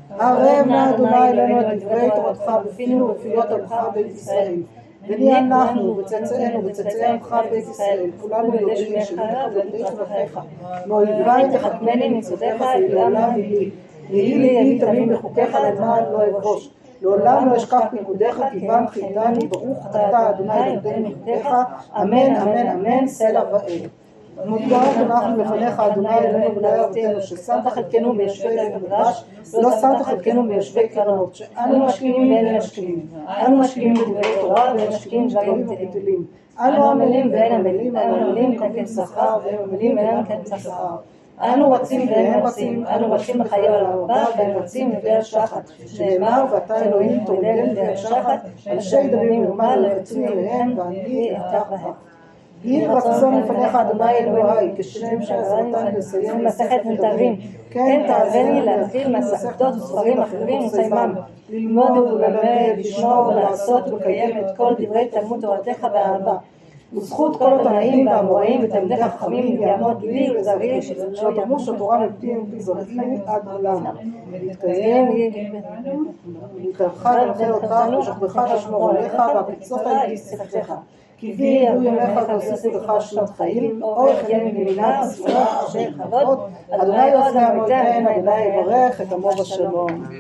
ערב נא אדוני אלוהינו את דברי תורתך בפינו ובפיות עמך בית ישראל. ונהיה אנחנו וצאצאינו וצאצאי עמך בית ישראל, כולנו יודעים שבחברתי חלפיך, מאויבי תחכמני מצוותיך לעולם ליבי. יהי ליבי תמיד בחוקיך למען לא אבוש. לעולם לא אשכח פיקודיך, כיוון חייתני, ברוך אתה אדוני אלוהינו מלכך, אמן אמן אמן סלע ואל. מודגרות אנחנו לפניך אדוני אלוהינו ולאלוהי אבותינו, ששמת חלקנו ביושבי בית המקדש ולא שמת חלקנו ביושבי קרנות, שאנו משקיעים ואין משקיעים, אנו משקיעים בדברי תורה ואין משקיעים דברים בטלים, אנו עמלים ואין עמלים, אנו עמלים כנגד שכר והם עמלים ואין כנגד שכר. אנו רצים והם רצים, אנו רצים בחיי העולם הבא והם רצים לבאר שחת, שנאמר ואתה אלוהים תולל לבאר שחת, אנשי דמים מרמה לא יצאו אליהם ואני אתך בהם. יהי רצון לפניך אדוני אלוהי, כשם שעזרתני לסיים מסכת נדרים, כן תעזני להתחיל מסכתות וספרים אחרים וסיימם, ללמוד וללמד, לשמור ולעשות ולקיים את כל דברי תלמוד תורתך באהבה. וזכות כל התנאים והאמוראים ותלמידי חכמים יעמוד לי ולזרעי שלא תמוש התורה מפי ומפי זרעי עד עולם. להתקיים להתקיימך ולכן אותך ושכבך תשמור עליך והפצות על שיחתך. כי בי ידעו ימיך והוסיפו לך שנות חיים, אורך ימים ומינה וסביבה אשר כבוד, אדוני עוז לעמותיהם, אדוני יברך את עמו בשלום.